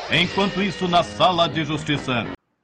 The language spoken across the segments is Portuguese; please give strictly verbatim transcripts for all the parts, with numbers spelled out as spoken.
Enquanto isso, na sala de justiça.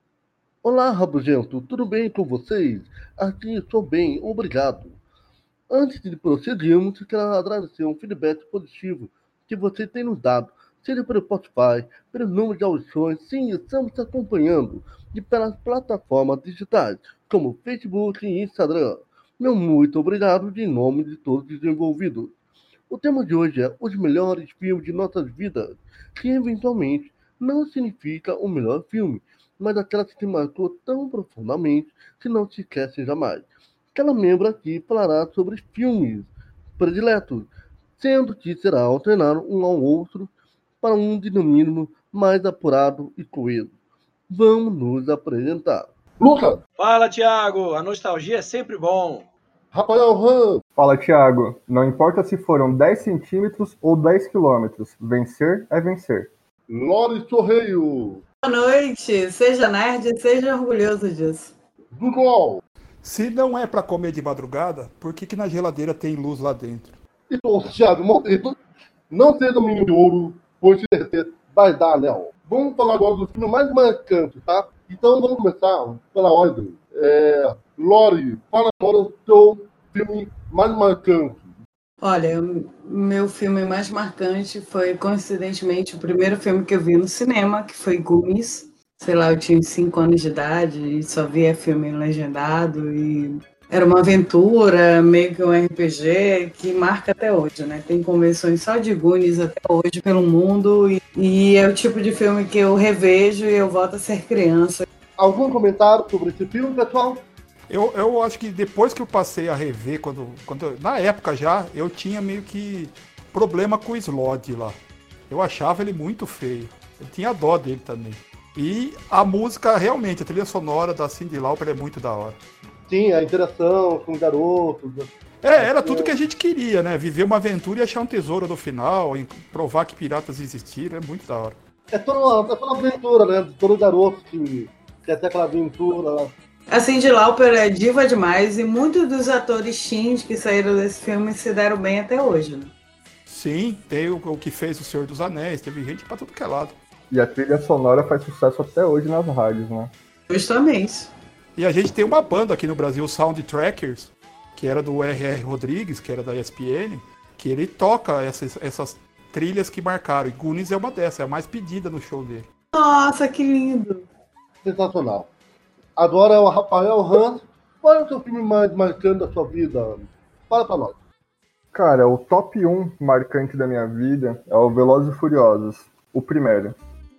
Olá, Rabugento, tudo bem com vocês? Aqui estou bem, obrigado. Antes de prosseguirmos, quero agradecer um feedback positivo que você tem nos dado, seja pelo Spotify, pelo número de audições, sim, estamos te acompanhando, e pelas plataformas digitais, como Facebook e Instagram. Meu muito obrigado de nome de todos os envolvidos. O tema de hoje é os melhores filmes de nossas vidas, que eventualmente não significa o melhor filme, mas aquela que te marcou tão profundamente que não se esquece jamais. Cada membro aqui falará sobre filmes prediletos, sendo que será alternado um ao outro para um de no mínimo mais apurado e coeso. Vamos nos apresentar. Lucas! Fala, Thiago! A nostalgia é sempre bom. Rafael Han! Fala, Thiago. Não importa se foram dez centímetros ou dez quilômetros, vencer é vencer. Lore Sorreio! Boa noite! Seja nerd, seja orgulhoso disso. Google! Se não é pra comer de madrugada, por que que na geladeira tem luz lá dentro? E o Thiago Monteiro, não seja domingo de ouro, pois se derreter vai dar, Léo. Vamos falar agora do filme mais marcante, tá? Então vamos começar pela ordem. É, Lore, fala agora o seu filme mais marcante. Olha, o meu filme mais marcante foi, coincidentemente, o primeiro filme que eu vi no cinema, que foi Goonies. Sei lá, eu tinha cinco anos de idade e só via filme legendado e era uma aventura, meio que um R P G que marca até hoje, né? Tem convenções só de Goonies até hoje pelo mundo e, e é o tipo de filme que eu revejo e eu volto a ser criança. Algum comentário sobre esse filme, pessoal? Eu, eu acho que depois que eu passei a rever, quando, quando na época já, eu tinha meio que problema com o Slod lá. Eu achava ele muito feio. Eu tinha dó dele também. E a música, realmente, a trilha sonora da Cyndi Lauper é muito da hora. Sim, a interação com garotos. É, era tudo que a gente queria, né? Viver uma aventura e achar um tesouro no final, provar que piratas existiram, é muito da hora. É toda uma, é toda uma aventura, né? Todo garoto que quer ter aquela aventura lá. A Cyndi Lauper é diva demais e muitos dos atores teens que saíram desse filme se deram bem até hoje, né? Sim, tem o, o que fez O Senhor dos Anéis, teve gente pra tudo que é lado. E a trilha sonora faz sucesso até hoje nas rádios, né? Justamente. E a gente tem uma banda aqui no Brasil, Soundtrackers, que era do R R Rodrigues, que era da E S P N, que ele toca essas, essas trilhas que marcaram. E Goonies é uma dessas, é a mais pedida no show dele. Nossa, que lindo! Sensacional. Agora é o Rafael Hans. Qual é o seu filme mais marcante da sua vida? Fala pra nós. Cara, o top um marcante da minha vida é o Velozes e Furiosos, o primeiro.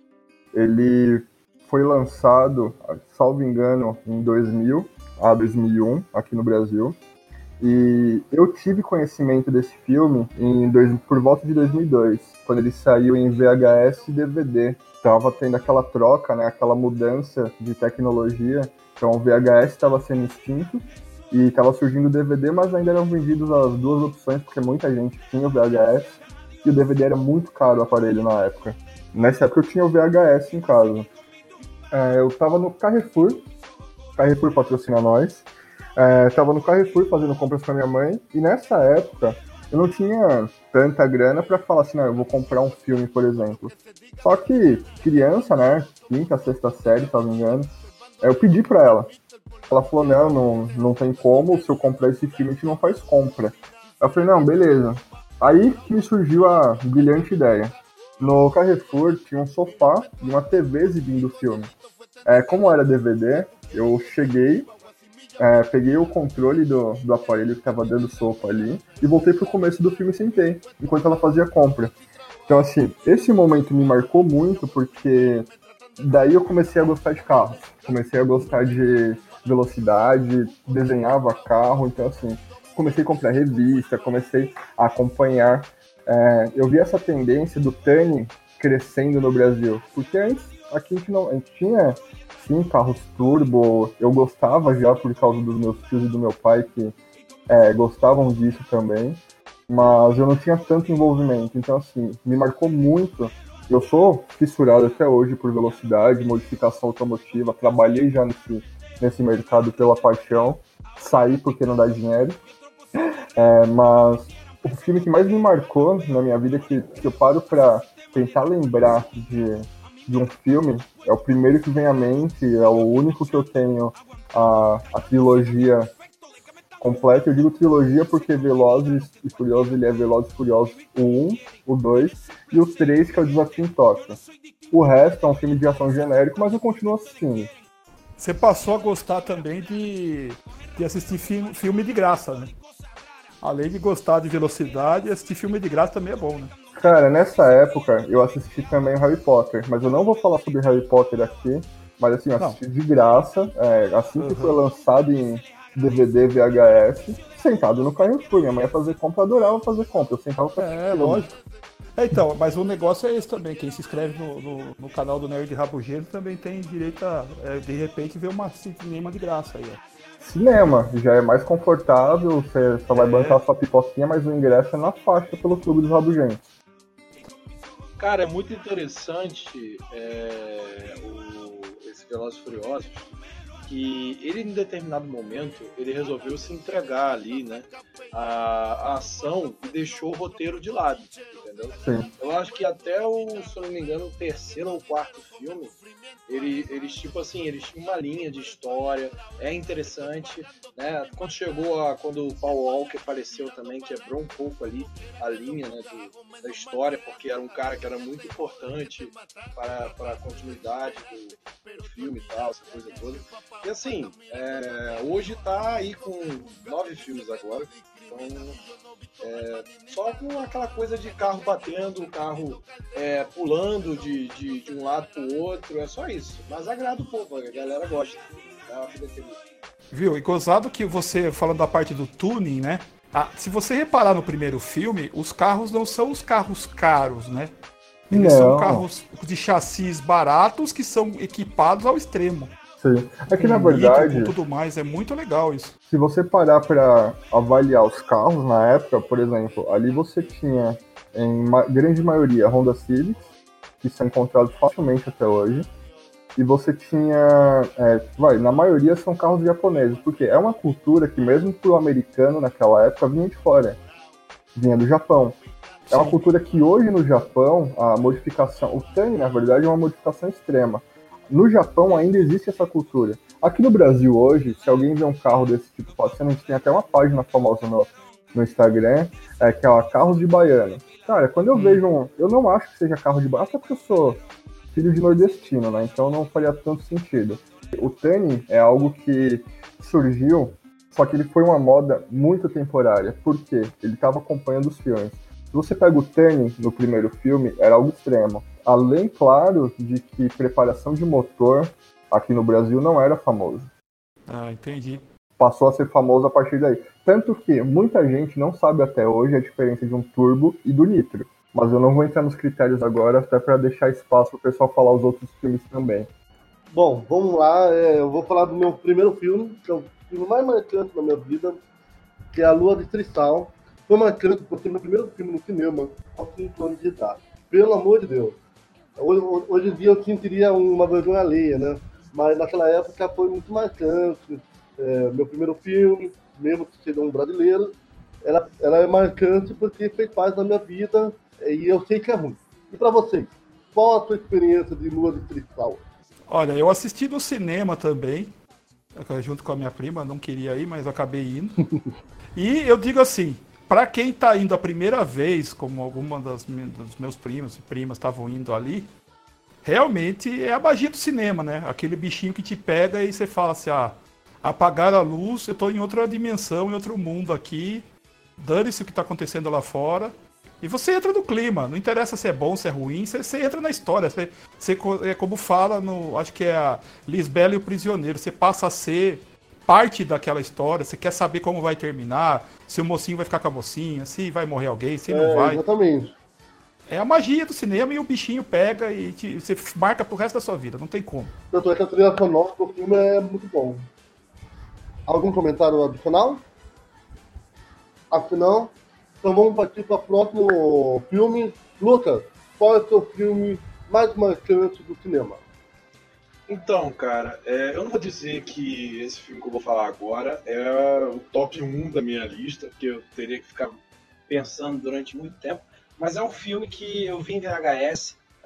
Ele foi lançado, salvo engano, em dois mil a dois mil e um, aqui no Brasil. E eu tive conhecimento desse filme em dois, por volta de dois mil e dois, quando ele saiu em V H S e D V D. Tava tendo aquela troca, né, aquela mudança de tecnologia. Então o V H S estava sendo extinto e estava surgindo o D V D, mas ainda eram vendidos as duas opções, porque muita gente tinha o V H S e o D V D era muito caro o aparelho na época. Nessa época eu tinha o V H S em casa. É, eu tava no Carrefour, Carrefour patrocina nós, é, tava no Carrefour fazendo compras com a minha mãe, e nessa época eu não tinha tanta grana pra falar assim, não, eu vou comprar um filme, por exemplo. Só que criança, né, quinta, sexta série, se não me engano, eu pedi pra ela. Ela falou, não, não, não tem como, se eu comprar esse filme a gente não faz compra. Eu falei, não, beleza. Aí que me surgiu a brilhante ideia. No Carrefour tinha um sofá e uma T V exibindo o filme. É, como era D V D, eu cheguei, é, peguei o controle do, do aparelho que estava dando sopa ali e voltei pro começo do filme e sentei, enquanto ela fazia a compra. Então, assim, esse momento me marcou muito porque daí eu comecei a gostar de carros. Comecei a gostar de velocidade, desenhava carro, então, assim, comecei a comprar revista, comecei a acompanhar. É, eu vi essa tendência do Tani crescendo no Brasil, porque antes aqui a gente, não, a gente tinha, sim, carros turbo, eu gostava já por causa dos meus tios e do meu pai que é, gostavam disso também, mas eu não tinha tanto envolvimento, então assim, me marcou muito. Eu sou fissurado até hoje por velocidade, modificação automotiva, trabalhei já nesse, nesse mercado pela paixão, saí porque não dá dinheiro, é, mas o filme que mais me marcou na minha vida, que, que eu paro pra tentar lembrar de, de um filme, é o primeiro que vem à mente, é o único que eu tenho a, a trilogia completa. Eu digo trilogia porque Velozes e Furiosos, ele é Velozes e Furiosos o um, o dois e o três, que é o Desafio em Tóquio. O resto é um filme de ação genérico, mas eu continuo assistindo. Você passou a gostar também de, de assistir filme, filme de graça, né? Além de gostar de velocidade, assistir filme de graça também é bom, né? Cara, nessa época eu assisti também o Harry Potter, mas eu não vou falar sobre Harry Potter aqui, mas assim, eu assisti não. de graça, é, assim que uhum. foi lançado em D V D, V H S, sentado no Carrefour. Minha mãe ia fazer compra, eu adorava fazer compra, eu sentava pra assistir. É, lógico. É, então, mas o negócio é esse também, quem se inscreve no, no, no canal do Nerd Rabugeiro também tem direito a, é, de repente, ver uma cinema de graça aí, ó. Cinema, já é mais confortável, você só vai é. bancar a sua pipoquinha, mas o ingresso é na faixa pelo Clube dos Rabugentos. Cara, é muito interessante é, o, esse Velozes e Furiosos, que ele, em determinado momento, ele resolveu se entregar ali, né, a, a ação e deixou o roteiro de lado, entendeu? Sim. Eu acho que até o, se eu não me engano, o terceiro ou quarto filme, ele, eles, tipo assim, eles tinham uma linha de história, é interessante, né? Quando chegou a, quando o Paul Walker faleceu também, quebrou um pouco ali a linha, né, do, da história, porque era um cara que era muito importante para, para a continuidade do, do filme e tal, essa coisa toda. E assim, é, hoje tá aí com nove filmes agora, então é, só com aquela coisa de carro batendo, carro é, pulando de, de, de um lado pro outro, é só isso. Mas agrada o povo, a galera gosta. É uma vida feliz. Viu? E gozado que você, falando da parte do tuning, né? Ah, se você reparar no primeiro filme, os carros não são os carros caros, né? Eles não. são carros de chassis baratos que são equipados ao extremo. Sim. É que, na verdade, e tudo mais, é muito legal isso. Se você parar para avaliar os carros na época, por exemplo, ali você tinha, em ma- grande maioria, Honda Civics, que são encontrados facilmente até hoje, e você tinha, é, vai, na maioria são carros japoneses, porque é uma cultura que mesmo pro americano naquela época vinha de fora, vinha do Japão. Sim. É uma cultura que hoje no Japão, a modificação, o Tani, na verdade, é uma modificação extrema. No Japão ainda existe essa cultura. Aqui no Brasil hoje, se alguém vê um carro desse tipo passando, a gente tem até uma página famosa no, no Instagram, é, que é o Carros de Baiano. Cara, quando eu hum. vejo um... Eu não acho que seja carro de baiano, até porque eu sou filho de nordestino, né? Então não faria tanto sentido. O Tani é algo que surgiu, só que ele foi uma moda muito temporária. Por quê? Ele estava acompanhando os filmes. Se você pega o Tani no primeiro filme, era algo extremo. Além, claro, de que preparação de motor aqui no Brasil não era famoso. Ah, entendi. Passou a ser famoso a partir daí. Tanto que muita gente não sabe até hoje a diferença de um turbo e do nitro. Mas eu não vou entrar nos critérios agora, até para deixar espaço para o pessoal falar os outros filmes também. Bom, vamos lá. É, eu vou falar do meu primeiro filme, que é o filme mais marcante da minha vida, que é A Lua de Cristal. Foi marcante porque foi meu primeiro filme no cinema, aos cinco anos de idade. Pelo amor de Deus. Hoje, hoje em dia eu sentiria uma vergonha alheia, né? Mas naquela época foi muito marcante. É, meu primeiro filme, mesmo que seja um brasileiro, ela, ela é marcante porque fez parte da minha vida e eu sei que é ruim. E para vocês, qual a sua experiência de Lua de Cristal? Olha, eu assisti no cinema também, junto com a minha prima, não queria ir, mas eu acabei indo. E eu digo assim, para quem tá indo a primeira vez, como alguma das dos meus primos e primas estavam indo ali, realmente é a magia do cinema, né? Aquele bichinho que te pega e você fala assim, ah, apagar a luz, eu tô em outra dimensão, em outro mundo aqui, dane-se o que tá acontecendo lá fora, e você entra no clima, não interessa se é bom, se é ruim, você, você entra na história, você, você, é como fala, no, acho que é a Lisbela e o Prisioneiro, você passa a ser parte daquela história, você quer saber como vai terminar, se o mocinho vai ficar com a mocinha, se vai morrer alguém, se é, não vai. Exatamente. É a magia do cinema e o bichinho pega e te, você marca pro resto da sua vida, não tem como. Tanto é que a trilha sonora do filme é muito bom. Algum comentário adicional? Afinal, então vamos partir para o próximo filme. Lucas, qual é o seu filme mais marcante do cinema? Então, cara, é, eu não vou dizer que esse filme que eu vou falar agora é o top um da minha lista, porque eu teria que ficar pensando durante muito tempo, mas é um filme que eu vi em V H S,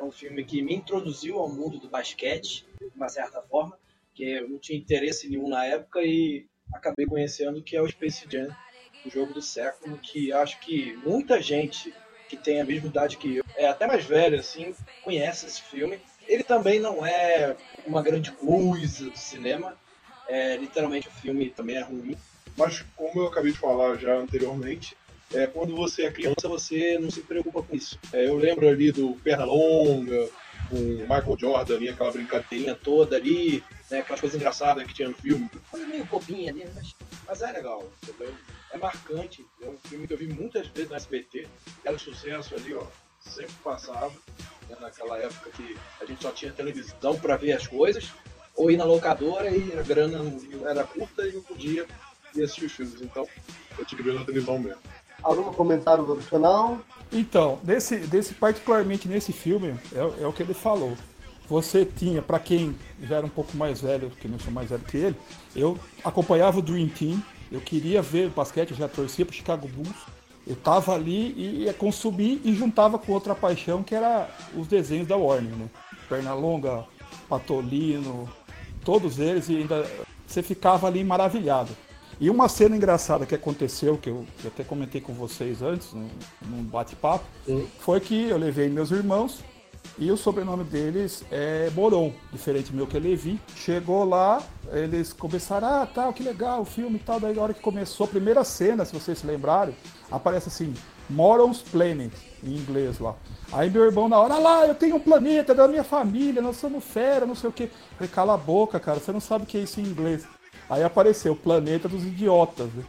É um filme que me introduziu ao mundo do basquete, de uma certa forma, que eu não tinha interesse nenhum na época e acabei conhecendo que é o Space Jam, o jogo do século, que acho que muita gente que tem a mesma idade que eu, é até mais velho, assim, conhece esse filme. Ele também não é uma grande coisa do cinema, é, literalmente o filme também é ruim. Mas, como eu acabei de falar já anteriormente, é, quando você é criança, você não se preocupa com isso. É, eu lembro ali do Pernalonga, com Michael Jordan ali, aquela brincadeirinha toda ali, né, aquelas coisas engraçadas que tinha no filme. Coisa meio bobinha ali, mas, mas é legal, entendeu? É marcante, é um filme que eu vi muitas vezes no S B T, era sucesso ali, ó, sempre passava, né, naquela época que a gente só tinha televisão para ver as coisas, ou ir na locadora e a grana era curta e não podia ir assistir os filmes, então eu tinha que ver na televisão mesmo. Algum comentário adicional? Então, desse, desse, particularmente nesse filme, é, é o que ele falou. Você tinha, para quem já era um pouco mais velho, que não sou mais velho que ele, eu acompanhava o Dream Team, eu queria ver basquete, eu já torcia pro Chicago Bulls. Eu tava ali e ia consumir e juntava com outra paixão, que era os desenhos da Warner, né? Pernalonga, Patolino, todos eles, e ainda você ficava ali maravilhado. E uma cena engraçada que aconteceu, que eu, que eu até comentei com vocês antes, num, num bate-papo, Sim. foi que eu levei meus irmãos e o sobrenome deles é Moron, diferente meu que é Levi. Chegou lá, eles começaram, ah, tal, que legal o filme e tal. Daí na hora que começou a primeira cena, se vocês se lembrarem, aparece assim, Moron's Planet, em inglês lá. Aí meu irmão na hora, ah lá, eu tenho um planeta da minha família, nós somos fera, não sei o quê. Eu falei, cala a boca, cara, você não sabe o que é isso em inglês. Aí apareceu o Planeta dos Idiotas, né?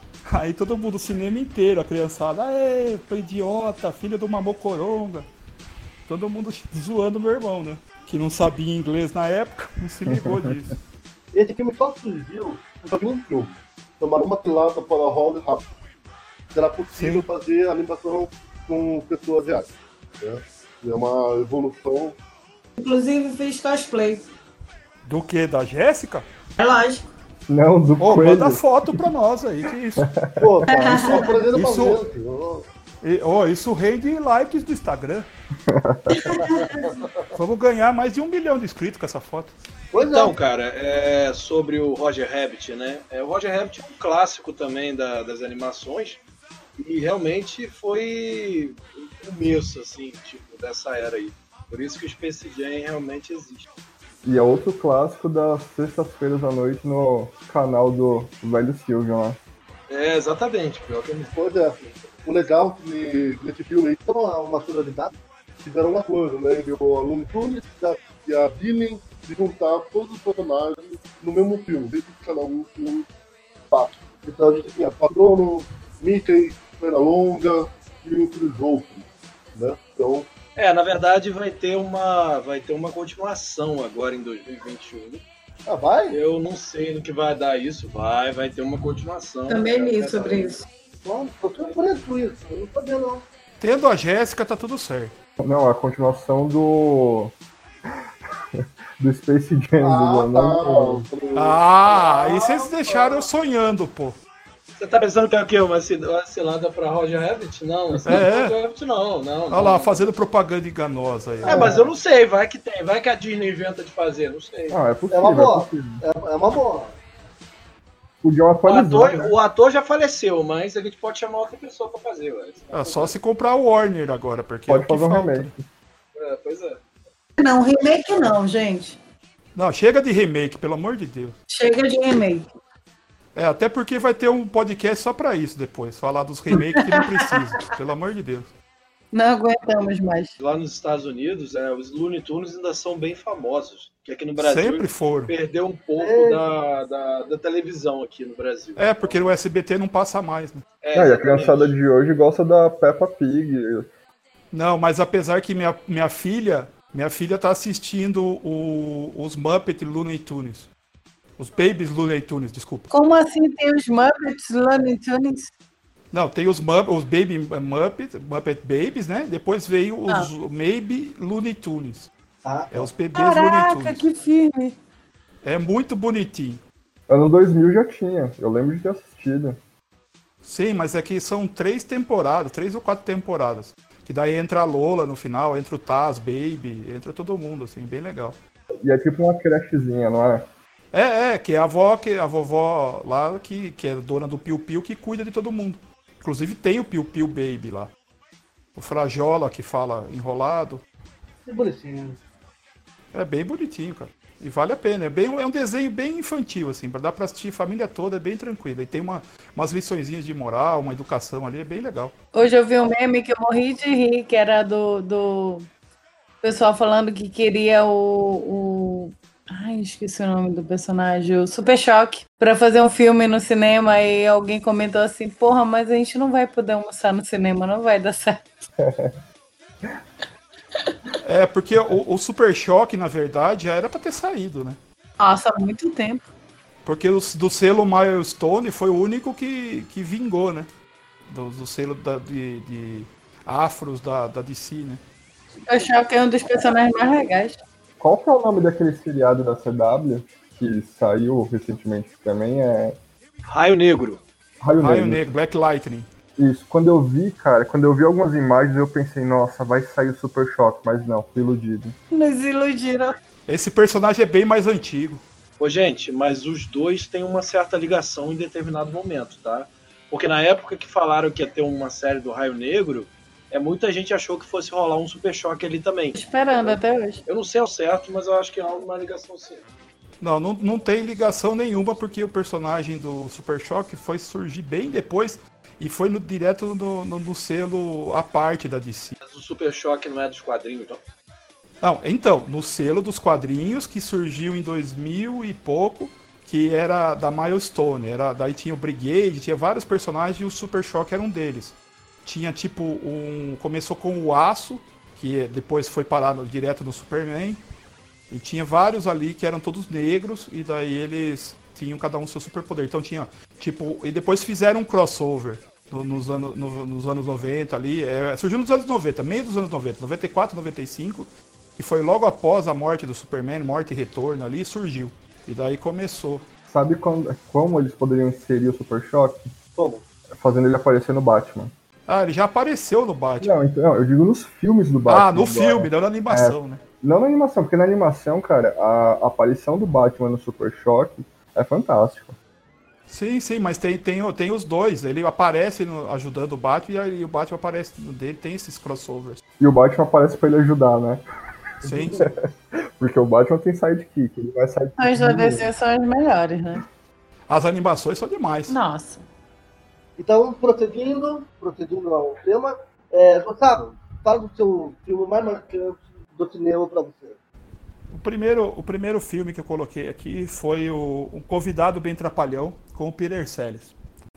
Aí todo mundo, o cinema inteiro, a criançada, aê, idiota, filho do Mamocoronga. Todo mundo zoando meu irmão, né? Que não sabia inglês na época, não se ligou disso. Esse filme só surgiu por um filme. Tomaram uma pilata para Hollywood rápido. Será possível Sim. fazer animação com pessoas reais. Né? É uma evolução. Inclusive fiz cosplay. Do que? Da Jéssica? É lógico. Não, do Ô, Coelho. manda foto pra nós aí, que isso. Pô, tá, isso é prazer Isso- E, ó, isso rende likes do Instagram. Vamos ganhar mais de um milhão de inscritos com essa foto. Pois Então, é. cara, é sobre o Roger Rabbit, né? É, o Roger Rabbit é um clássico também da- das animações e realmente foi o começo, assim, tipo, dessa era aí. Por isso que o Space Jam realmente existe. E é outro clássico das sextas-feiras à noite no canal do velho Silvio lá. É, exatamente, pior que é mesmo. Pois é. O legal que nesse filme aí tem uma, uma sonoridade. Fizeram uma coisa, né? Ele, o Looney Tunes e a, e a Disney de juntar todos os personagens no mesmo filme, desde que cada um filme tá. Então a gente tinha Patrono, Mickey, Pernalonga e outros outros, né? Então, É, na verdade vai ter uma, vai ter uma continuação agora em dois mil e vinte e um. ah, vai? Eu não sei no que vai dar isso, vai, vai ter uma continuação. Também né? li sobre isso. Mano, tô surpreso com isso, eu não sabia não. Tendo a Jéssica, tá tudo certo. Não, a continuação do. do Space Jam. Ah, do... não, tá. Ah, aí vocês deixaram eu sonhando, pô. Você tá pensando que é o quê? Uma cil- uma cilada pra Roger Rabbit? Não, não É. é. Roger Rabbit não, não. Olha não. lá, fazendo propaganda enganosa aí. É, mas eu não sei, vai que tem, vai que a Disney inventa de fazer, não sei. Ah, é É possível. uma É boa. possível. É, é uma boa. Podiam O atualizar. ator, né? o ator já faleceu, mas a gente pode chamar outra pessoa pra fazer, ué. Ah, só se comprar o Warner agora, porque é o Pode que fazer um falta. remake. É, pois é. Não, remake não, gente. Não, chega de remake, pelo amor de Deus. Chega de remake. É, até porque vai ter um podcast só pra isso depois, falar dos remakes que não precisa, pelo amor de Deus. Não aguentamos mais. Lá nos Estados Unidos, é, os Looney Tunes ainda são bem famosos, que aqui no Brasil Sempre foram. perdeu um pouco É. da, da, da televisão aqui no Brasil. É, porque o S B T não passa mais, né? É, Ah, e a exatamente. criançada de hoje gosta da Peppa Pig. Não, mas apesar que minha, minha filha, minha filha tá assistindo o- os Muppet Looney Tunes. Os Babies Looney Tunes, desculpa. Como assim tem os Muppets, Looney Tunes? Não, tem os, Mupp, os Baby Muppet, Muppet Babies, né? Depois veio os Maybe Looney Tunes. Ah, É os bebês Looney Caraca, Tunes. que filme. É muito bonitinho. Ano dois mil já tinha. Eu lembro de ter assistido. Sim, mas é que são três temporadas, três ou quatro temporadas. Que daí entra a Lola no final, entra o Taz, Baby, entra todo mundo, assim, bem legal. E é tipo uma crechezinha, não é? É, é, que é a avó, que, a vovó lá, que, que é dona do Piu Piu, que cuida de todo mundo. Inclusive tem o Piu Piu Baby lá. O Frajola, que fala enrolado. Que bonitinho. É bem bonitinho, cara. E vale a pena. É, bem, é um desenho bem infantil, assim, pra dar pra assistir a família toda, é bem tranquilo. E tem uma, umas liçõezinhas de moral, uma educação ali, é bem legal. Hoje eu vi um meme que eu morri de rir, que era do, do pessoal falando que queria o, o... Ai, esqueci o nome do personagem, o Super Choque, pra fazer um filme no cinema, e alguém comentou assim, porra, mas a gente não vai poder almoçar no cinema, não vai dar certo. É, porque o, o Super Choque, na verdade, já era pra ter saído, né? Nossa, há muito tempo. Porque o, do selo Milestone foi o único que, que vingou, né? Do, do selo da, de, de afros da, da D C, né? Super Choque é um dos personagens mais legais. Qual que é o nome daquele seriado da C W que saiu recentemente também? É Raio Negro. Raio, Raio Negro. Negro, Black Lightning. Isso, quando eu vi, cara, quando eu vi algumas imagens, eu pensei, nossa, vai sair o Super Choque, mas não, fui iludido. Nos iludiram. Esse personagem é bem mais antigo. Ô, gente, mas os dois têm uma certa ligação em determinado momento, tá? Porque na época que falaram que ia ter uma série do Raio Negro, é, muita gente achou que fosse rolar um Super Choque ali também. Tô esperando até hoje. Eu não sei ao certo, mas eu acho que há uma ligação sim. Não, não, não tem ligação nenhuma, porque o personagem do Super Choque foi surgir bem depois e foi no, direto no, no, no selo à parte da D C. Mas o Super Choque não é dos quadrinhos, então? Não, então, no selo dos quadrinhos, que surgiu em dois mil e pouco, que era da Milestone. Era, daí tinha o Brigade, tinha vários personagens e o Super Choque era um deles. Tinha tipo um... Começou com o Aço, que depois foi parar no, direto no Superman. E tinha vários ali que eram todos negros, e daí eles tinham cada um seu superpoder. Então tinha, tipo... E depois fizeram um crossover no, nos, anos, no, nos anos noventa ali. É, surgiu nos anos noventa, meio dos anos noventa, noventa e quatro, noventa e cinco. E foi logo após a morte do Superman, morte e retorno ali, surgiu. E daí começou. Sabe como, como eles poderiam inserir o Super Choque? Como? Fazendo ele aparecer no Batman. Ah, ele já apareceu no Batman. Não, então, eu digo nos filmes do Batman. Ah, no agora. filme, não na animação, É, né? Não na animação, porque na animação, cara, a aparição do Batman no Super Choque é fantástica. Sim, sim, mas tem, tem, tem os dois. Ele aparece no, ajudando o Batman e aí o Batman aparece no dele, tem esses crossovers. E o Batman aparece pra ele ajudar, né? Sim. Porque o Batman tem sidekick, ele vai sidekick. As da D C são as melhores, né? As animações são demais. Nossa. Então, procedindo, procedindo ao tema, é, Gustavo, fala do seu filme mais marcante do cinema pra você. O primeiro, o primeiro filme que eu coloquei aqui foi o Um Convidado Bem Trapalhão, com o Peter Sellers.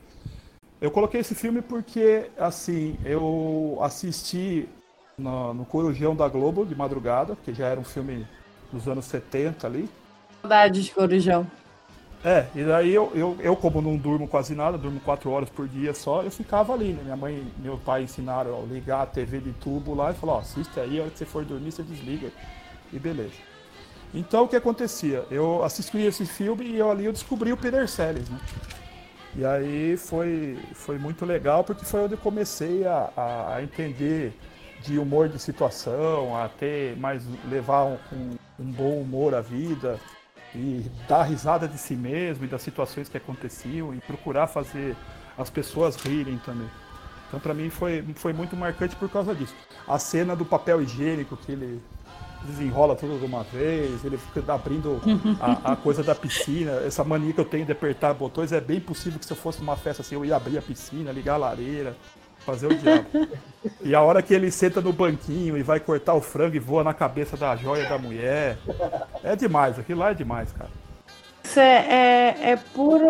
Eu coloquei esse filme porque, assim, eu assisti no, no Corujão da Globo de madrugada, que já era um filme dos anos setenta ali. Saudades, Corujão. É, e daí eu, eu, eu, como não durmo quase nada, durmo quatro horas por dia só, eu ficava ali, né? Minha mãe e meu pai ensinaram a ligar a T V de tubo lá e falaram, ó, assiste aí, a hora que você for dormir, você desliga. E beleza. Então o que acontecia? Eu assisti esse filme e eu, ali eu descobri o Peter Sellers, né? E aí foi, foi muito legal, porque foi onde eu comecei a, a, a entender de humor de situação, a ter mais, levar um, um, um bom humor à vida, e dar risada de si mesmo e das situações que aconteciam e procurar fazer as pessoas rirem também. Então pra mim foi, foi muito marcante por causa disso. A cena do papel higiênico, que ele desenrola tudo de uma vez, ele fica abrindo a, a coisa da piscina, essa mania que eu tenho de apertar botões, é bem possível que se eu fosse numa festa assim, eu ia abrir a piscina, ligar a lareira, fazer o diabo. E a hora que ele senta no banquinho e vai cortar o frango e voa na cabeça da joia da mulher, é demais, aquilo lá é demais, cara. Isso é, é, é puro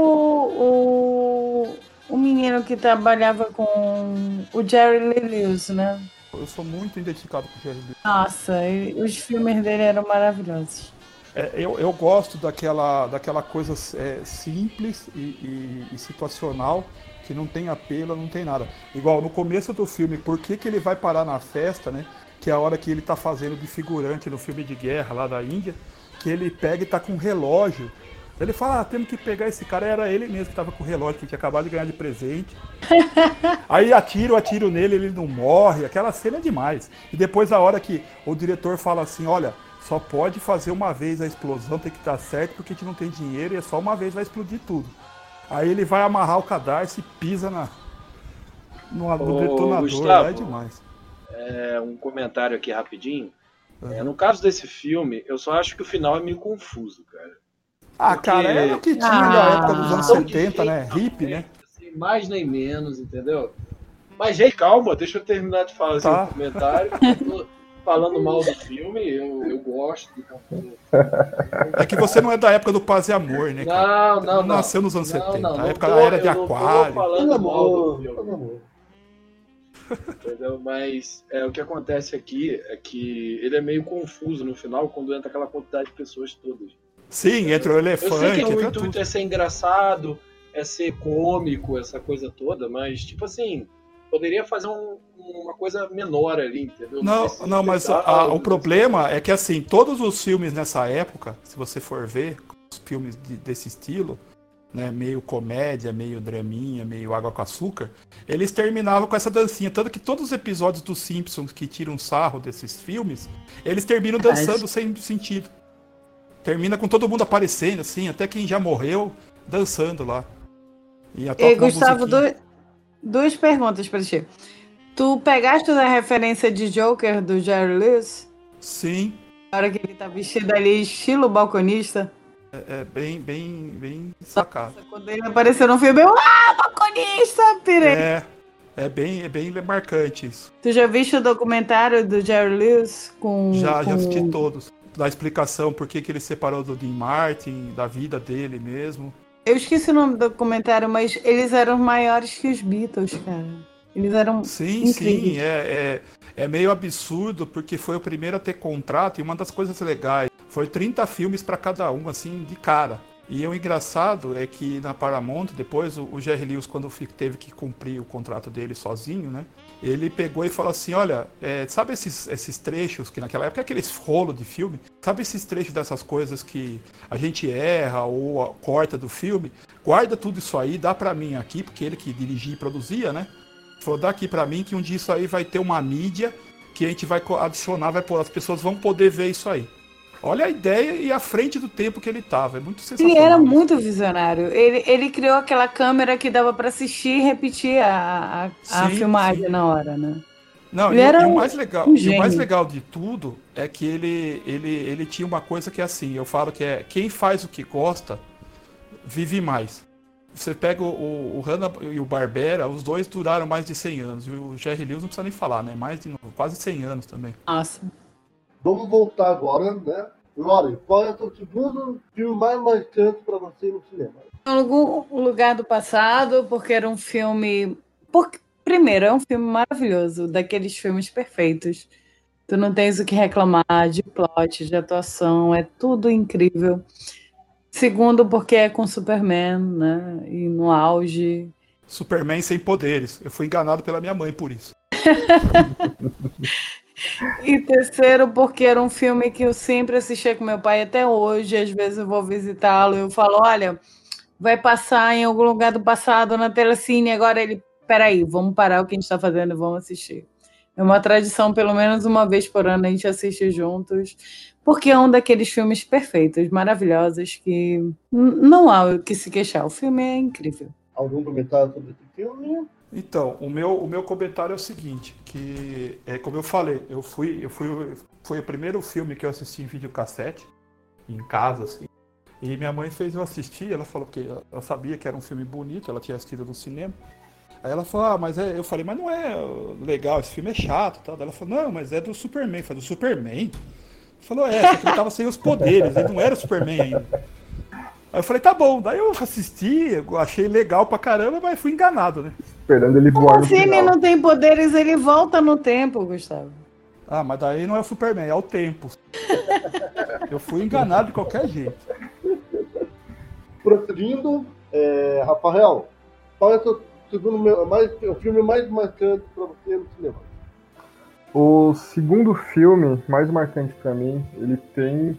o, o menino que trabalhava com o Jerry Lee Lewis, né? Eu sou muito identificado com o Jerry Lee. Nossa, e os filmes dele eram maravilhosos. É, eu, eu gosto daquela, daquela coisa é, simples e, e, e situacional, que não tem apelo, não tem nada. Igual no começo do filme, por que, que ele vai parar na festa, né? Que é a hora que ele tá fazendo de figurante no filme de guerra lá da Índia, que ele pega e tá com um relógio Ele fala, ah, temos que pegar esse cara. Era ele mesmo que tava com o relógio que tinha acabado de ganhar de presente. Aí atiro, atiro nele, ele não morre. Aquela cena é demais. E depois a hora que o diretor fala assim, olha, só pode fazer uma vez a explosão, tem que estar certo, porque a gente não tem dinheiro e é só uma vez vai explodir tudo. Aí ele vai amarrar o cadarço e pisa na, no, no Ô, detonador. Gustavo, É demais. É, um comentário aqui rapidinho. Uhum. É, no caso desse filme, eu só acho que o final é meio confuso, cara. Ah, Porque- cara, é o que tinha Ah. na época dos anos Então, que setenta, né? feito, Hippie, né? Sem mais nem menos, entendeu? Mas, gente, calma, deixa eu terminar de fazer Tá. o comentário. Eu tô falando mal do filme, eu, eu gosto. Então, É que você não é da época do Paz e Amor, né, cara? não, não, não. Nasceu nos anos Não, setenta. não, a não época tô- da era de eu não tô Aquário. falando Pelo mal do amor, filme. pelo amor. Entendeu? Mas é, o que acontece aqui é que ele é meio confuso no final quando entra aquela quantidade de pessoas todas. Sim, entra o Eu sei elefante, que o entra intuito tudo. é ser engraçado, é ser cômico, essa coisa toda, mas, tipo assim, poderia fazer um- uma coisa menor ali, entendeu? Não, sei se não, mas precisava, a- o não problema sei. é que, assim, todos os filmes nessa época, se você for ver, os filmes de- desse estilo, né, meio comédia, meio draminha, meio água com açúcar, eles terminavam com essa dancinha. Tanto que todos os episódios dos Simpsons que tiram sarro desses filmes, eles terminam dançando sem sentido. Termina com todo mundo aparecendo, assim, até quem já morreu, dançando lá. E a E, toca uma Gustavo, musiquinha. du- duas perguntas pra ti. Tu pegaste a referência de Joker do Jerry Lewis? Sim, Na hora que ele tá vestido ali, estilo balconista? é bem, bem, bem sacado. Quando ele apareceu no filme, eu, ah, balconista, pirei. É, é bem, é bem marcante isso. Tu já viste o documentário do Jerry Lewis com... Já, já com- assisti todos. Da explicação por que, que ele separou do Dean Martin, da vida dele mesmo. Eu esqueci o nome do documentário, mas eles eram maiores que os Beatles, cara. Eles eram Sim, incríveis. sim, é, é, é meio absurdo, porque foi o primeiro a ter contrato, e uma das coisas legais, foi trinta filmes para cada um, assim, de cara. E o engraçado é que na Paramount, depois, o, o Jerry Lewis, quando fi- teve que cumprir o contrato dele sozinho, né? Ele pegou e falou assim, olha, é, sabe esses, esses trechos, que naquela época é aqueles rolos de filme, sabe esses trechos dessas coisas que a gente erra ou a- corta do filme? Guarda tudo isso aí, dá pra mim aqui, porque ele que dirigia e produzia, né? Falou, dá aqui pra mim que um dia isso aí vai ter uma mídia que a gente vai co- adicionar, vai pôr, as pessoas vão poder ver isso aí. Olha a ideia e a frente do tempo que ele tava, é muito Ele sensacional. era muito visionário. Ele, ele criou aquela câmera que dava pra assistir e repetir a, a, a Sim, filmagem sim. na hora, né? Não, Ele e, o- era e o um- mais legal, um e o mais gênio. legal de tudo é que ele, ele, ele tinha uma coisa que é assim, eu falo que é quem faz o que gosta, vive mais. Você pega o, o, o Hanna e o Barbera, os dois duraram mais de cem anos. E o Jerry Lewis não precisa nem falar, né? Mais de quase cem anos também. Nossa. Vamos voltar agora, né? Lore, qual é o seu segundo filme mais marcante para você no cinema? Em algum lugar do passado, porque era um filme. Porque, primeiro, é um filme maravilhoso, daqueles filmes perfeitos. Tu não tens o que reclamar de plot, de atuação, é tudo incrível. Segundo, porque é com Superman, né? E no auge. Superman sem poderes. Eu fui enganado pela minha mãe por isso. E terceiro, porque era um filme que eu sempre assistia com meu pai até hoje. Às vezes eu vou visitá-lo e eu falo, olha, vai passar em algum lugar do passado na Telecine. Agora ele, peraí, vamos parar o que a gente está fazendo e vamos assistir. É uma tradição, pelo menos uma vez por ano a gente assiste juntos, porque é um daqueles filmes perfeitos, maravilhosos, que n- não há o que se queixar. O filme é incrível. Algum comentário sobre esse filme? Então, o meu, o meu comentário é o seguinte, que é como eu falei, eu fui, eu fui, foi o primeiro filme que eu assisti em videocassete, em casa, assim. E minha mãe fez eu assistir, ela falou que ela sabia que era um filme bonito, ela tinha assistido no cinema. Aí ela falou, ah, mas é, eu falei, mas não é legal, esse filme é chato, tal. Daí ela falou, não, mas é do Superman. Eu falei, do Superman? Falou, é, só que ele tava sem os poderes, ele não era o Superman ainda. Aí eu falei, tá bom, daí eu assisti, eu achei legal pra caramba, mas fui enganado, né? Esperando ele voar no Se ele final. não tem poderes, ele volta no tempo, Gustavo. Ah, mas daí não é o Superman, é o tempo. Eu fui enganado de qualquer jeito. Prosseguindo, é, Rafael, qual é o seu segundo me- mais, o filme mais marcante para você no cinema? O segundo filme mais marcante pra mim, ele tem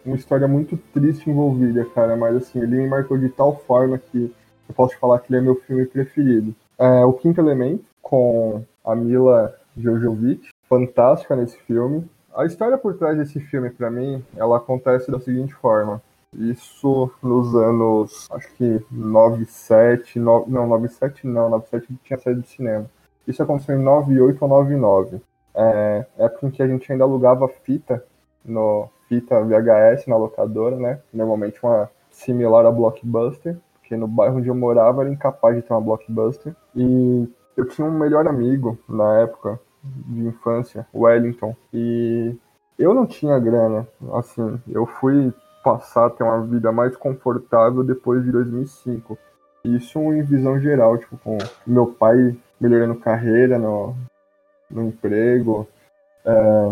uma história muito triste envolvida, cara, mas assim, ele me marcou de tal forma que eu posso te falar que ele é meu filme preferido. É, o Quinto Elemento, com a Mila Jovovich, fantástica nesse filme. A história por trás desse filme, pra mim, ela acontece da seguinte forma. Isso nos anos, acho que noventa e sete, no, não, noventa e sete não, noventa e sete tinha saído do cinema. Isso aconteceu em noventa e oito ou noventa e nove. É, época em que a gente ainda alugava fita, no, fita V H S na locadora, né? Normalmente uma similar a Blockbuster, porque no bairro onde eu morava era incapaz de ter uma Blockbuster. E eu tinha um melhor amigo na época de infância, Wellington, e eu não tinha grana, assim, eu fui passar a ter uma vida mais confortável depois de dois mil e cinco. Isso em visão geral, tipo, com meu pai melhorando carreira no, no emprego, é,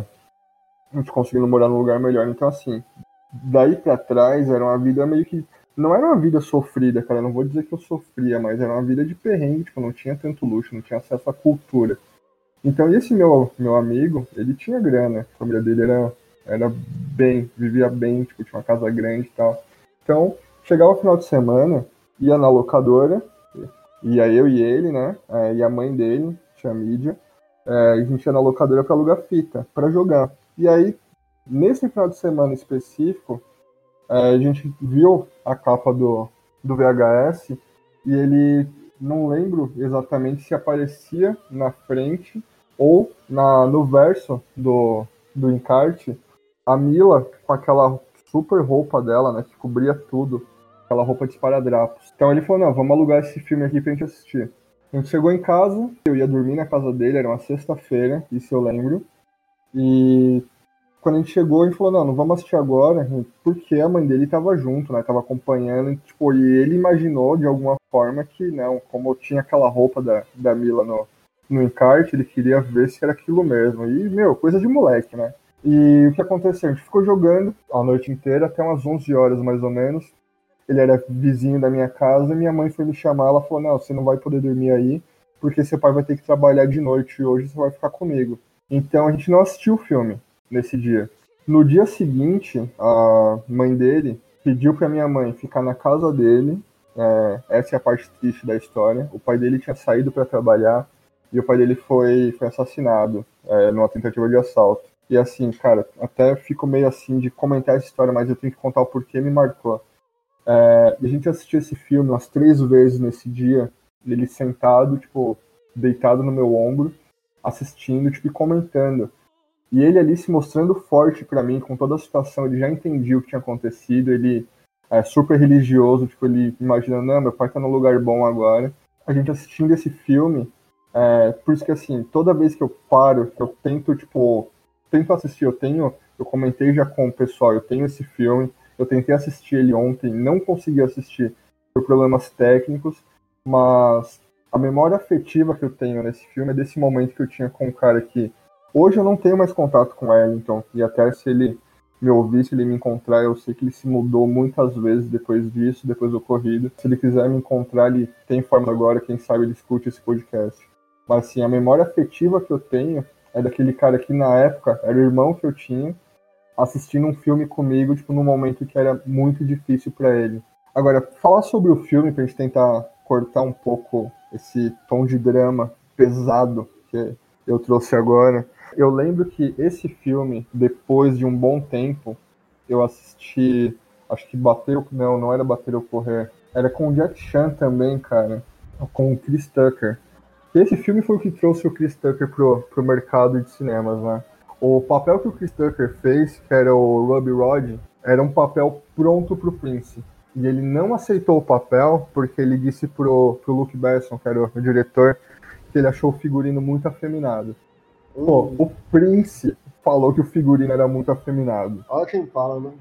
a gente conseguindo morar num lugar melhor. Então, assim, daí pra trás era uma vida meio que... Não era uma vida sofrida, cara, não vou dizer que eu sofria, mas era uma vida de perrengue, tipo, não tinha tanto luxo, não tinha acesso à cultura. Então, esse meu, meu amigo, ele tinha grana, a família dele era, era bem, vivia bem, tipo, tinha uma casa grande e tal. Então, chegava o final de semana, ia na locadora, ia eu e ele, né, é, e a mãe dele, tia Mídia, é, a gente ia na locadora pra alugar fita, pra jogar. E aí, nesse final de semana específico, é, a gente viu a capa do, do V H S e ele, não lembro exatamente se aparecia na frente ou na, no verso do, do encarte, a Mila com aquela super roupa dela, né, que cobria tudo, aquela roupa de esparadrapos. Então ele falou, não, vamos alugar esse filme aqui pra gente assistir. A gente chegou em casa, eu ia dormir na casa dele, era uma sexta-feira, isso eu lembro, e quando a gente chegou, a gente falou, não, não vamos assistir agora, porque a mãe dele tava junto, né, tava acompanhando, tipo, e ele imaginou de alguma forma que, não, como tinha aquela roupa da, da Mila no, no encarte, ele queria ver se era aquilo mesmo. E, meu, coisa de moleque, né? E o que aconteceu? A gente ficou jogando a noite inteira, até umas onze horas mais ou menos. Ele era vizinho da minha casa e minha mãe foi me chamar. Ela falou, não, você não vai poder dormir aí, porque seu pai vai ter que trabalhar de noite e hoje você vai ficar comigo. Então a gente não assistiu o filme nesse dia. No dia seguinte, a mãe dele pediu pra minha mãe ficar na casa dele. É, essa é a parte triste da história. O pai dele tinha saído para trabalhar e o pai dele foi, foi assassinado é, numa tentativa de assalto. E assim, cara, até fico meio assim de comentar essa história, mas eu tenho que contar o porquê me marcou. É, a gente assistiu esse filme umas três vezes nesse dia, ele sentado, tipo, deitado no meu ombro, assistindo, tipo, e comentando. E ele ali se mostrando forte pra mim, com toda a situação, ele já entendia o que tinha acontecido, ele é super religioso, tipo, ele imaginando, não, meu pai tá num lugar bom agora. A gente assistindo esse filme, é, por isso que, assim, toda vez que eu paro, que eu tento, tipo, tento assistir, eu tenho, eu comentei já com o pessoal, eu tenho esse filme, eu tentei assistir ele ontem, não consegui assistir por problemas técnicos, mas a memória afetiva que eu tenho nesse filme é desse momento que eu tinha com um cara que hoje eu não tenho mais contato com ele, então, e até se ele me ouvir, se ele me encontrar, eu sei que ele se mudou muitas vezes depois disso, depois do ocorrido. Se ele quiser me encontrar, ele tem forma agora, quem sabe ele escute esse podcast. Mas assim, a memória afetiva que eu tenho é daquele cara que na época era o irmão que eu tinha, assistindo um filme comigo, tipo, num momento que era muito difícil pra ele. Agora, falar sobre o filme, pra gente tentar cortar um pouco esse tom de drama pesado que eu trouxe agora. Eu lembro que esse filme, depois de um bom tempo, eu assisti, acho que Bater, não, não era Bater ou Correr, era com o Jack Chan também, cara, com o Chris Tucker. Esse filme foi o que trouxe o Chris Tucker pro, pro mercado de cinemas, né? O papel que o Chris Tucker fez, que era o Ruby Rod, era um papel pronto pro Prince. E ele não aceitou o papel porque ele disse pro, pro Luke Besson, que era o, o diretor, que ele achou o figurino muito afeminado. Pô, Hum. o Prince falou que o figurino era muito afeminado. Olha quem fala, né?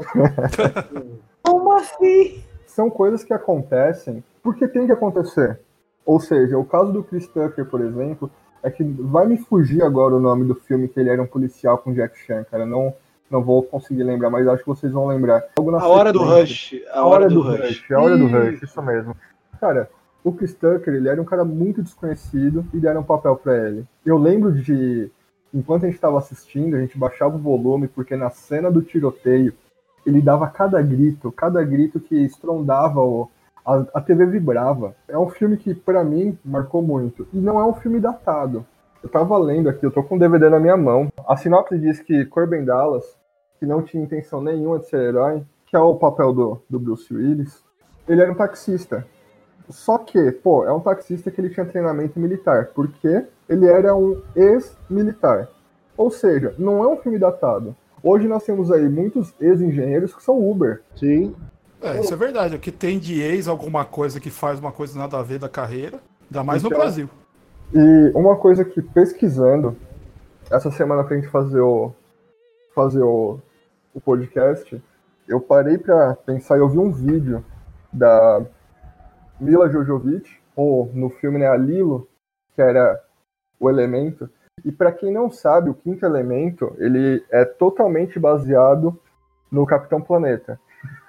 Como assim? São coisas que acontecem porque tem que acontecer. Ou seja, o caso do Chris Tucker, por exemplo, é que vai me fugir agora o nome do filme, que ele era um policial com Jack Chan, cara. Não, não vou conseguir lembrar, mas acho que vocês vão lembrar. Algo na A hora do sequência. Rush. A hora do Rush. Rush. A hora do Rush, isso mesmo. Cara, o Chris Tucker, ele era um cara muito desconhecido e deram um papel pra ele. Eu lembro de, enquanto a gente tava assistindo, a gente baixava o volume, porque na cena do tiroteio, ele dava cada grito, cada grito que estrondava, o, a, a T V vibrava. É um filme que, pra mim, marcou muito. E não é um filme datado. Eu tava lendo aqui, eu tô com um D V D na minha mão. A sinopse diz que Corbin Dallas, que não tinha intenção nenhuma de ser herói, que é o papel do, do Bruce Willis, ele era um taxista. Só que, pô, é um taxista que ele tinha treinamento militar, porque ele era um ex-militar. Ou seja, não é um filme datado. Hoje nós temos aí muitos ex-engenheiros que são Uber. Sim. É, isso é verdade. O que tem de ex alguma coisa que faz uma coisa nada a ver da carreira, ainda mais no Então, Brasil. E uma coisa que, pesquisando, essa semana pra gente fazer o, fazer o, o podcast, eu parei pra pensar e eu vi um vídeo da Mila Jovovich, ou no filme, né, a Lilo, que era o Elemento. E pra quem não sabe, o Quinto Elemento, ele é totalmente baseado no Capitão Planeta.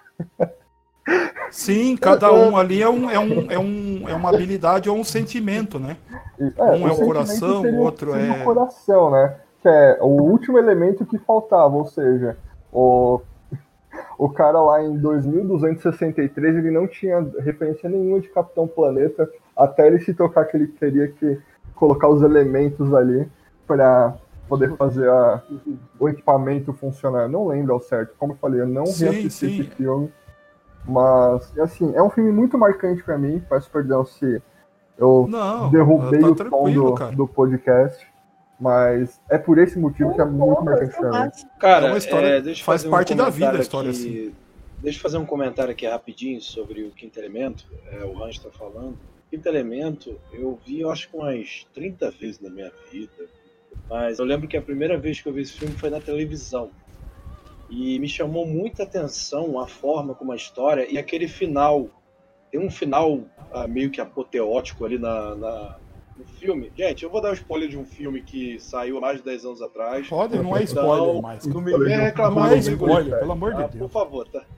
Sim, cada um ali é, um, é, um, é, um, é uma habilidade ou um sentimento, né? E, é, um é o sentimento coração, seria- o outro seria é... o coração, né? Que é o último elemento que faltava, ou seja, o, o cara lá em dois mil duzentos e sessenta e três ele não tinha referência nenhuma de Capitão Planeta, até ele se tocar que ele teria que colocar os elementos ali para poder fazer a, o equipamento funcionar. Eu não lembro ao certo, como eu falei, eu não Sim, reassisti sim. esse filme, mas assim, é um filme muito marcante para mim. Peço perdão se eu Não, derrubei tá o tom tranquilo, do, cara. do podcast, mas é por esse motivo que é muito marcante pra mim. Cara, É uma história- é, deixa eu faz fazer parte um da vida a comentário história, aqui. Deixa eu fazer um comentário aqui rapidinho sobre o Quinto Elemento. É, o Hans está falando. Quinto Elemento, eu vi, eu acho que umas trinta vezes na minha vida. Mas eu lembro que a primeira vez que eu vi esse filme foi na televisão. E me chamou muita atenção a forma como a história e aquele final. Tem um final ah, meio que apoteótico ali na, na- no filme. Gente, eu vou dar um spoiler de um filme que saiu há mais de dez anos atrás. Pode, não é spoiler mais. Não me vem Não reclamar é comigo, spoiler, pelo amor de ah, por Deus. favor, tá?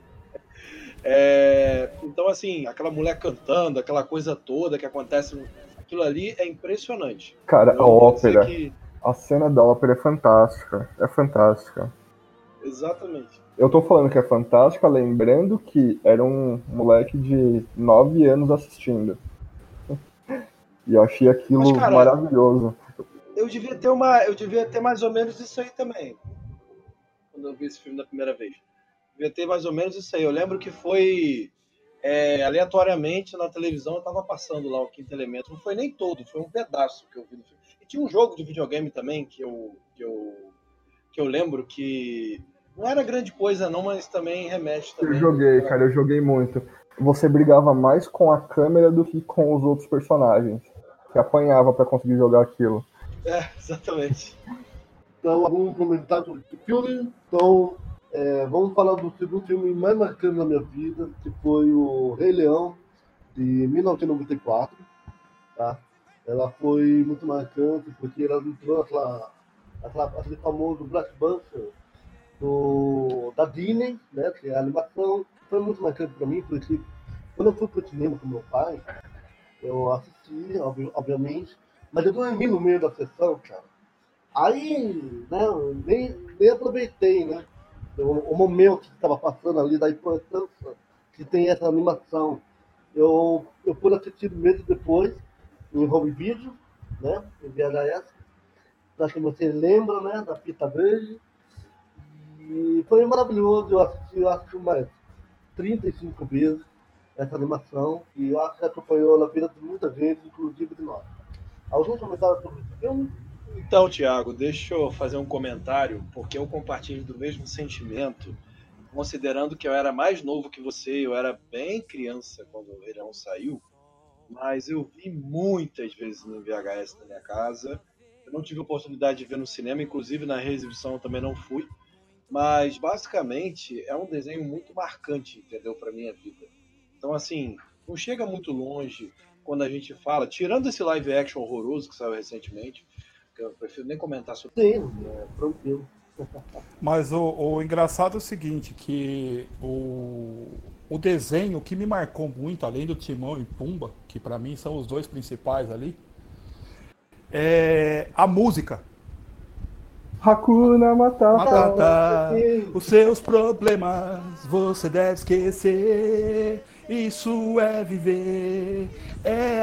É, então, assim, aquela mulher cantando, aquela coisa toda que acontece, aquilo ali é impressionante. Cara, Eu a vou dizer ópera, que- a cena da ópera é fantástica, é fantástica. Exatamente. Eu tô falando que é fantástica, lembrando que era um moleque de nove anos assistindo. E eu achei aquilo Mas, cara, maravilhoso. Eu devia ter uma, eu devia ter mais ou menos isso aí também. Quando eu vi esse filme da primeira vez. Devia ter mais ou menos isso aí. Eu lembro que foi é, aleatoriamente na televisão, eu tava passando lá o Quinto Elemento. Não foi nem todo, foi um pedaço que eu vi no filme. E tinha um jogo de videogame também que eu, que eu, que eu lembro que não era grande coisa não, mas também remete também. Eu joguei, cara, eu joguei muito. Você brigava mais com a câmera do que com os outros personagens. Que apanhava pra conseguir jogar aquilo. É, exatamente. Então, algum comentário sobre esse filme? Então, é, vamos falar do segundo filme mais marcante da minha vida, que foi o Rei Leão, de mil novecentos e noventa e quatro. Tá? Ela foi muito marcante, porque ela entrou aquela, aquela, aquele famoso blockbuster do, da Disney, né, que é a animação. Foi muito marcante para mim, porque quando eu fui pro cinema com meu pai, eu assisti, obvi- obviamente, mas eu dormi no meio da sessão, cara. Aí, né, eu nem, nem aproveitei, né, o, o momento que estava passando ali, da importância que tem essa animação. Eu, eu pude assistir meses depois, em home video, né, em V H S, para que você lembra, né, da fita verde. E foi maravilhoso, eu assisti, eu acho que umas trinta e cinco vezes essa animação, e eu acho que acompanhou na vida de muita gente, inclusive de nós. Algum comentário sobre esse filme? Então, Thiago, deixa eu fazer um comentário, porque eu compartilho do mesmo sentimento, considerando que eu era mais novo que você, eu era bem criança quando o Rei Leão saiu, mas eu vi muitas vezes no V H S na minha casa. Eu não tive oportunidade de ver no cinema, inclusive na reexibição eu também não fui, mas basicamente é um desenho muito marcante, entendeu, para minha vida. Então, assim, não chega muito longe quando a gente fala, tirando esse live action horroroso que saiu recentemente, que eu prefiro nem comentar sobre. Sim, é, tranquilo. Mas o, o engraçado é o seguinte, que o, o desenho que me marcou muito, além do Timão e Pumba, que pra mim são os dois principais ali, é a música. Hakuna Matata. Matata, os seus problemas você deve esquecer. Isso é viver, é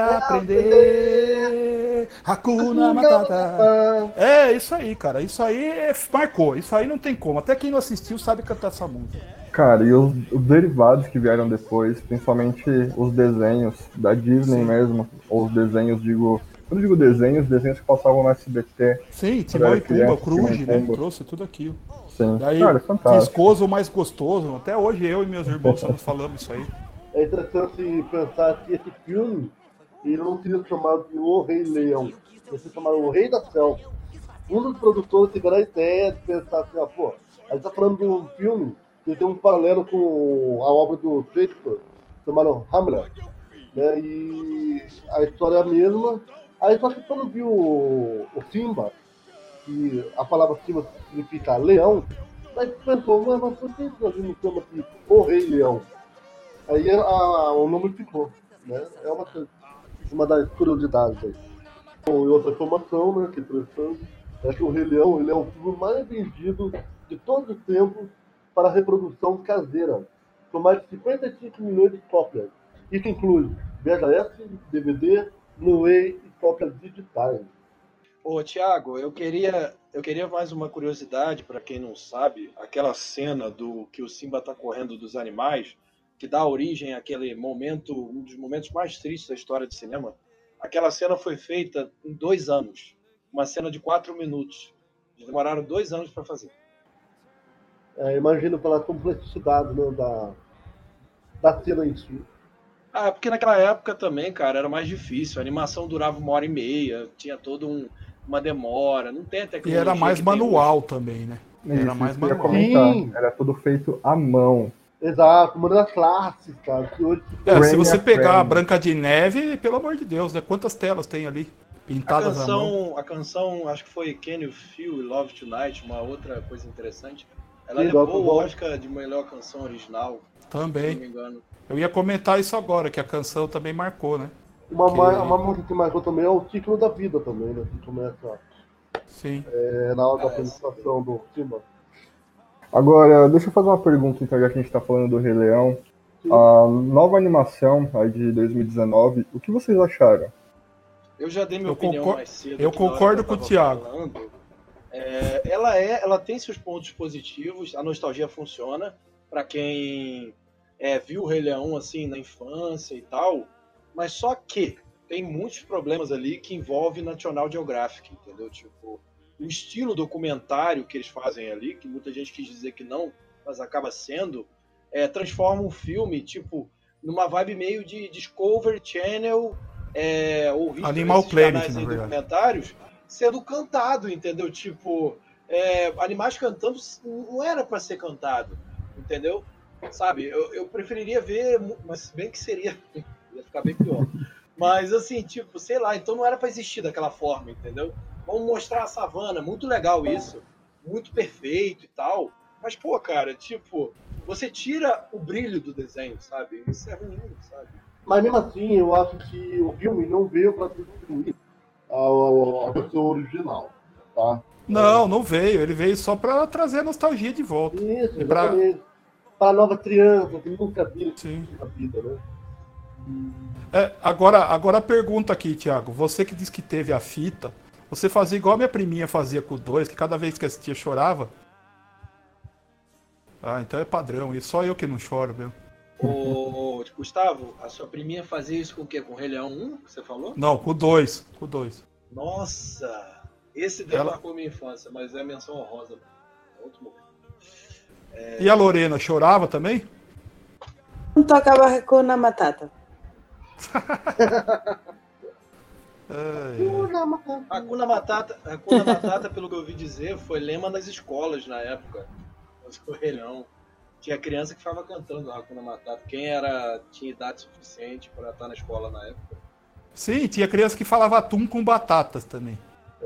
aprender. Hakuna Matata. É isso aí, cara. Isso aí é- marcou. Isso aí não tem como. Até quem não assistiu sabe cantar essa música. Cara, e os, os derivados que vieram depois, principalmente os desenhos da Disney Sim. mesmo, ou os desenhos, digo, quando eu digo desenhos, desenhos que passavam no S B T. Sim, Quando Timão era e Pumba, criança, o Cruz, Timão e né? Pumba. Trouxe tudo aquilo. Sim. Daí, Cara, é fantástico. viscoso mais gostoso. Até hoje eu e meus irmãos estamos falando isso aí. É interessante pensar que esse filme ele não seria chamado de O Rei Leão, ele seria chamado O Rei da Selva. Um dos produtores teve a ideia de pensar assim, ah, pô, a gente tá falando de um filme que tem um paralelo com a obra do Shakespeare, chamado Hamlet, né? E a história é a mesma. Aí só que quando viu o, o Simba, que a palavra Simba significa leão, aí pensou, mas mas por que a gente não chama aqui O Rei Leão? Aí a, a- o nome ficou, né? É uma, uma das curiosidades aí. Bom, e outra informação, né, que é interessante, é que o Rei Leão ele é o filme mais vendido de todos os tempos para reprodução caseira, com mais de cinquenta e cinco milhões de cópias. Isso inclui V H S, D V D, Blu-ray e cópias digitais. Ô, Thiago, eu queria, eu queria mais uma curiosidade para quem não sabe, aquela cena do que o Simba está correndo dos animais, que dá origem àquele momento, um dos momentos mais tristes da história do cinema. Aquela cena foi feita em dois anos, uma cena de quatro minutos. Eles demoraram dois anos para fazer. É, imagino pela complexidade, né, da, da cena em si. Ah, porque naquela época também, cara, era mais difícil. A animação durava uma hora e meia, tinha toda um, uma demora, não tem a E tecnologia era mais que tem manual também, né? Era Isso, mais isso que eu ia manual. comentar. Sim. Era tudo feito à mão. Exato, maneira clássica, que hoje É, se Frame você a pegar frame. a Branca de Neve, pelo amor de Deus, né? Quantas telas tem ali? A Pintadas à mão. canção, a canção, acho que foi Can You Feel Love Tonight, uma outra coisa interessante. Ela Sim, levou Doctor o Who. Oscar de melhor canção original, se não Também. me engano. Eu ia comentar isso agora, que a canção também marcou, né? Uma, Que- ma- uma música que marcou também é o ciclo da vida também, né? Que começa Sim. é, na hora da Ah, apresentação do Simba. Agora, deixa eu fazer uma pergunta, então, já que a gente tá falando do Rei Leão. Sim. A nova animação aí de dois mil e dezenove, o que vocês acharam? Eu já dei minha Eu opinião concor- mais cedo. eu aqui na hora concordo que com o tava Thiago. falando. É, ela é, ela tem seus pontos positivos. A nostalgia funciona para quem é, viu o Rei Leão assim na infância e tal. Mas só que tem muitos problemas ali que envolvem National Geographic, entendeu? Tipo, o estilo documentário que eles fazem ali, que muita gente quis dizer que não, mas acaba sendo, é, transforma um filme tipo numa vibe meio de Discovery Channel, é, ou History, Animal esses Planet, canais na aí verdade. documentários, sendo cantado, entendeu? Tipo, é, animais cantando não era para ser cantado, entendeu? Sabe? Eu, eu preferiria ver, mas se bem que seria, ia ficar bem pior. Mas assim, tipo, sei lá, então não era para existir daquela forma, entendeu? Vamos mostrar a savana, muito legal isso, muito perfeito e tal. Mas, pô, cara, tipo, você tira o brilho do desenho, sabe? Isso é ruim, sabe? Mas mesmo assim, eu acho que o filme não veio para substituir a, a versão original, tá? Não, não veio. Ele veio só pra trazer a nostalgia de volta. Isso, E pra- exatamente. Para a nova criança, que nunca viu isso Sim. na vida, né? É, agora, agora a pergunta aqui, Thiago. Você que disse que teve a fita, você fazia igual a minha priminha fazia com o dois, que cada vez que assistia chorava? Ah, então é padrão. E só eu que não choro mesmo. Ô, Gustavo, a sua priminha fazia isso com o quê? Com o Rei Leão um, que você falou? Não, com o dois. Com o dois. Nossa! Esse daí Ela- marcou minha infância, mas é menção honrosa. É outro momento. E a Lorena chorava também? Não tocava Hakuna Matata. É, Hakuna Matata, Hakuna Matata, pelo que eu ouvi dizer, foi lema nas escolas na época. O Rei Leão. Tinha criança que ficava cantando Hakuna Matata. Quem era, tinha idade suficiente para estar na escola na época. sim, tinha criança que falava atum com batatas também.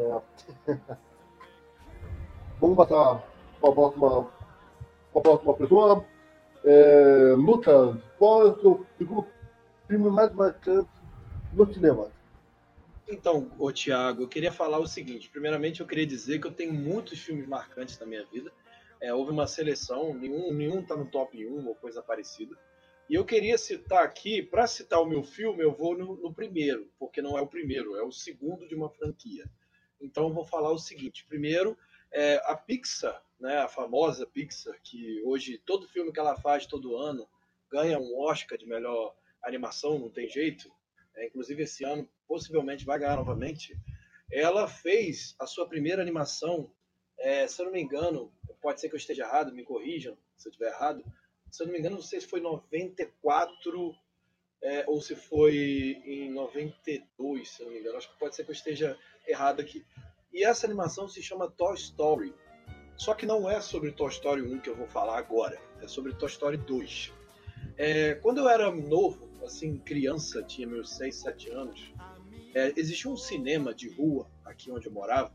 Vamos passar para a próxima, pra próxima pessoa. É, Lucas, qual é o seu segundo filme mais marcante no cinema? Então, ô Thiago, eu queria falar o seguinte. Primeiramente, eu queria dizer que eu tenho muitos filmes marcantes na minha vida. É, houve uma seleção, nenhum, nenhum tá no top um ou coisa parecida. E eu queria citar aqui, para citar o meu filme, eu vou no, no primeiro, porque não é o primeiro, é o segundo de uma franquia. Então, eu vou falar o seguinte. Primeiro, é, a Pixar, né, a famosa Pixar, que hoje todo filme que ela faz todo ano ganha um Oscar de melhor animação, não tem jeito. É, inclusive, esse ano, possivelmente vai ganhar novamente. Ela fez a sua primeira animação, é, se eu não me engano, pode ser que eu esteja errado, me corrijam se eu estiver errado. Se eu não me engano, não sei se foi em noventa e quatro é, ou se foi em noventa e dois, se eu não me engano. Acho que pode ser que eu esteja errado aqui. E essa animação se chama Toy Story. Só que não é sobre Toy Story um que eu vou falar agora. É sobre Toy Story dois. É, quando eu era novo, assim, criança, tinha meus seis, sete anos, é, existia um cinema de rua, aqui onde eu morava,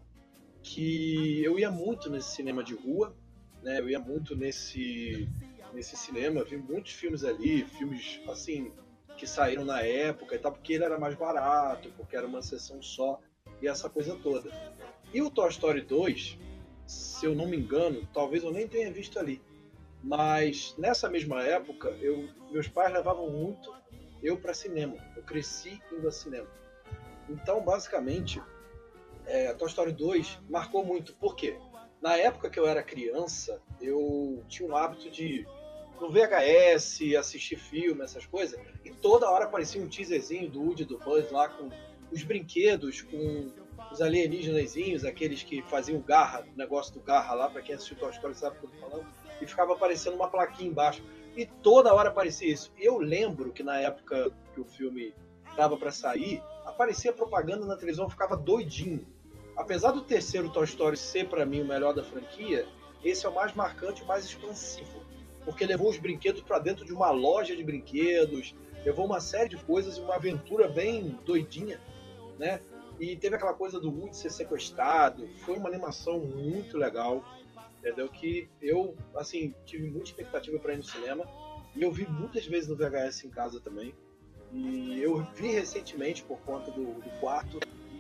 que eu ia muito nesse cinema de rua, né? Eu ia muito nesse, nesse cinema, vi muitos filmes ali, filmes, assim, que saíram na época e tal, porque ele era mais barato, porque era uma sessão só, e essa coisa toda. E o Toy Story dois, se eu não me engano, talvez eu nem tenha visto ali, mas nessa mesma época, eu, meus pais levavam muito eu para cinema. Eu cresci indo a cinema. Então, basicamente, é, Toy Story dois marcou muito. Por quê? Na época que eu era criança, eu tinha um hábito de no V H S, assistir filme, essas coisas, e toda hora aparecia um teaserzinho do Woody e do Buzz lá com os brinquedos, com os alienígenazinhos, aqueles que faziam garra, o negócio do garra lá, para quem assistiu Toy Story sabe o que eu tô falando, e ficava aparecendo uma plaquinha embaixo. E toda hora aparecia isso. Eu lembro que na época que o filme estava para sair, aparecia propaganda na televisão, eu ficava doidinho. Apesar do terceiro Toy Story ser para mim o melhor da franquia, esse é o mais marcante e o mais expansivo. Porque levou os brinquedos para dentro de uma loja de brinquedos, levou uma série de coisas e uma aventura bem doidinha, né? E teve aquela coisa do Woody ser sequestrado, foi uma animação muito legal, entendeu? Que eu, assim, tive muita expectativa para ir no cinema, e eu vi muitas vezes no V H S em casa também, e eu vi recentemente por conta do, do quarto,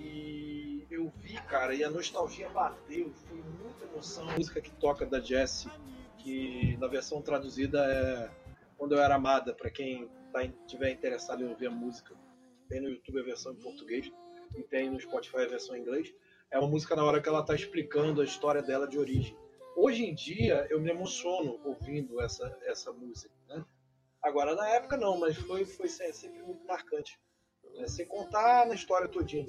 e eu vi, cara, e a nostalgia bateu, foi muita emoção. A música que toca da Jessie, que na versão traduzida é Quando Eu Era Amada, para quem tá, tiver interessado em ouvir a música, tem no YouTube a versão em português, e tem no Spotify a versão em inglês. É uma música na hora que ela está explicando a história dela de origem. Hoje em dia eu me emociono ouvindo essa, essa música, né? Agora na época não, mas foi, foi sempre muito marcante, né? Sem contar na história todinha.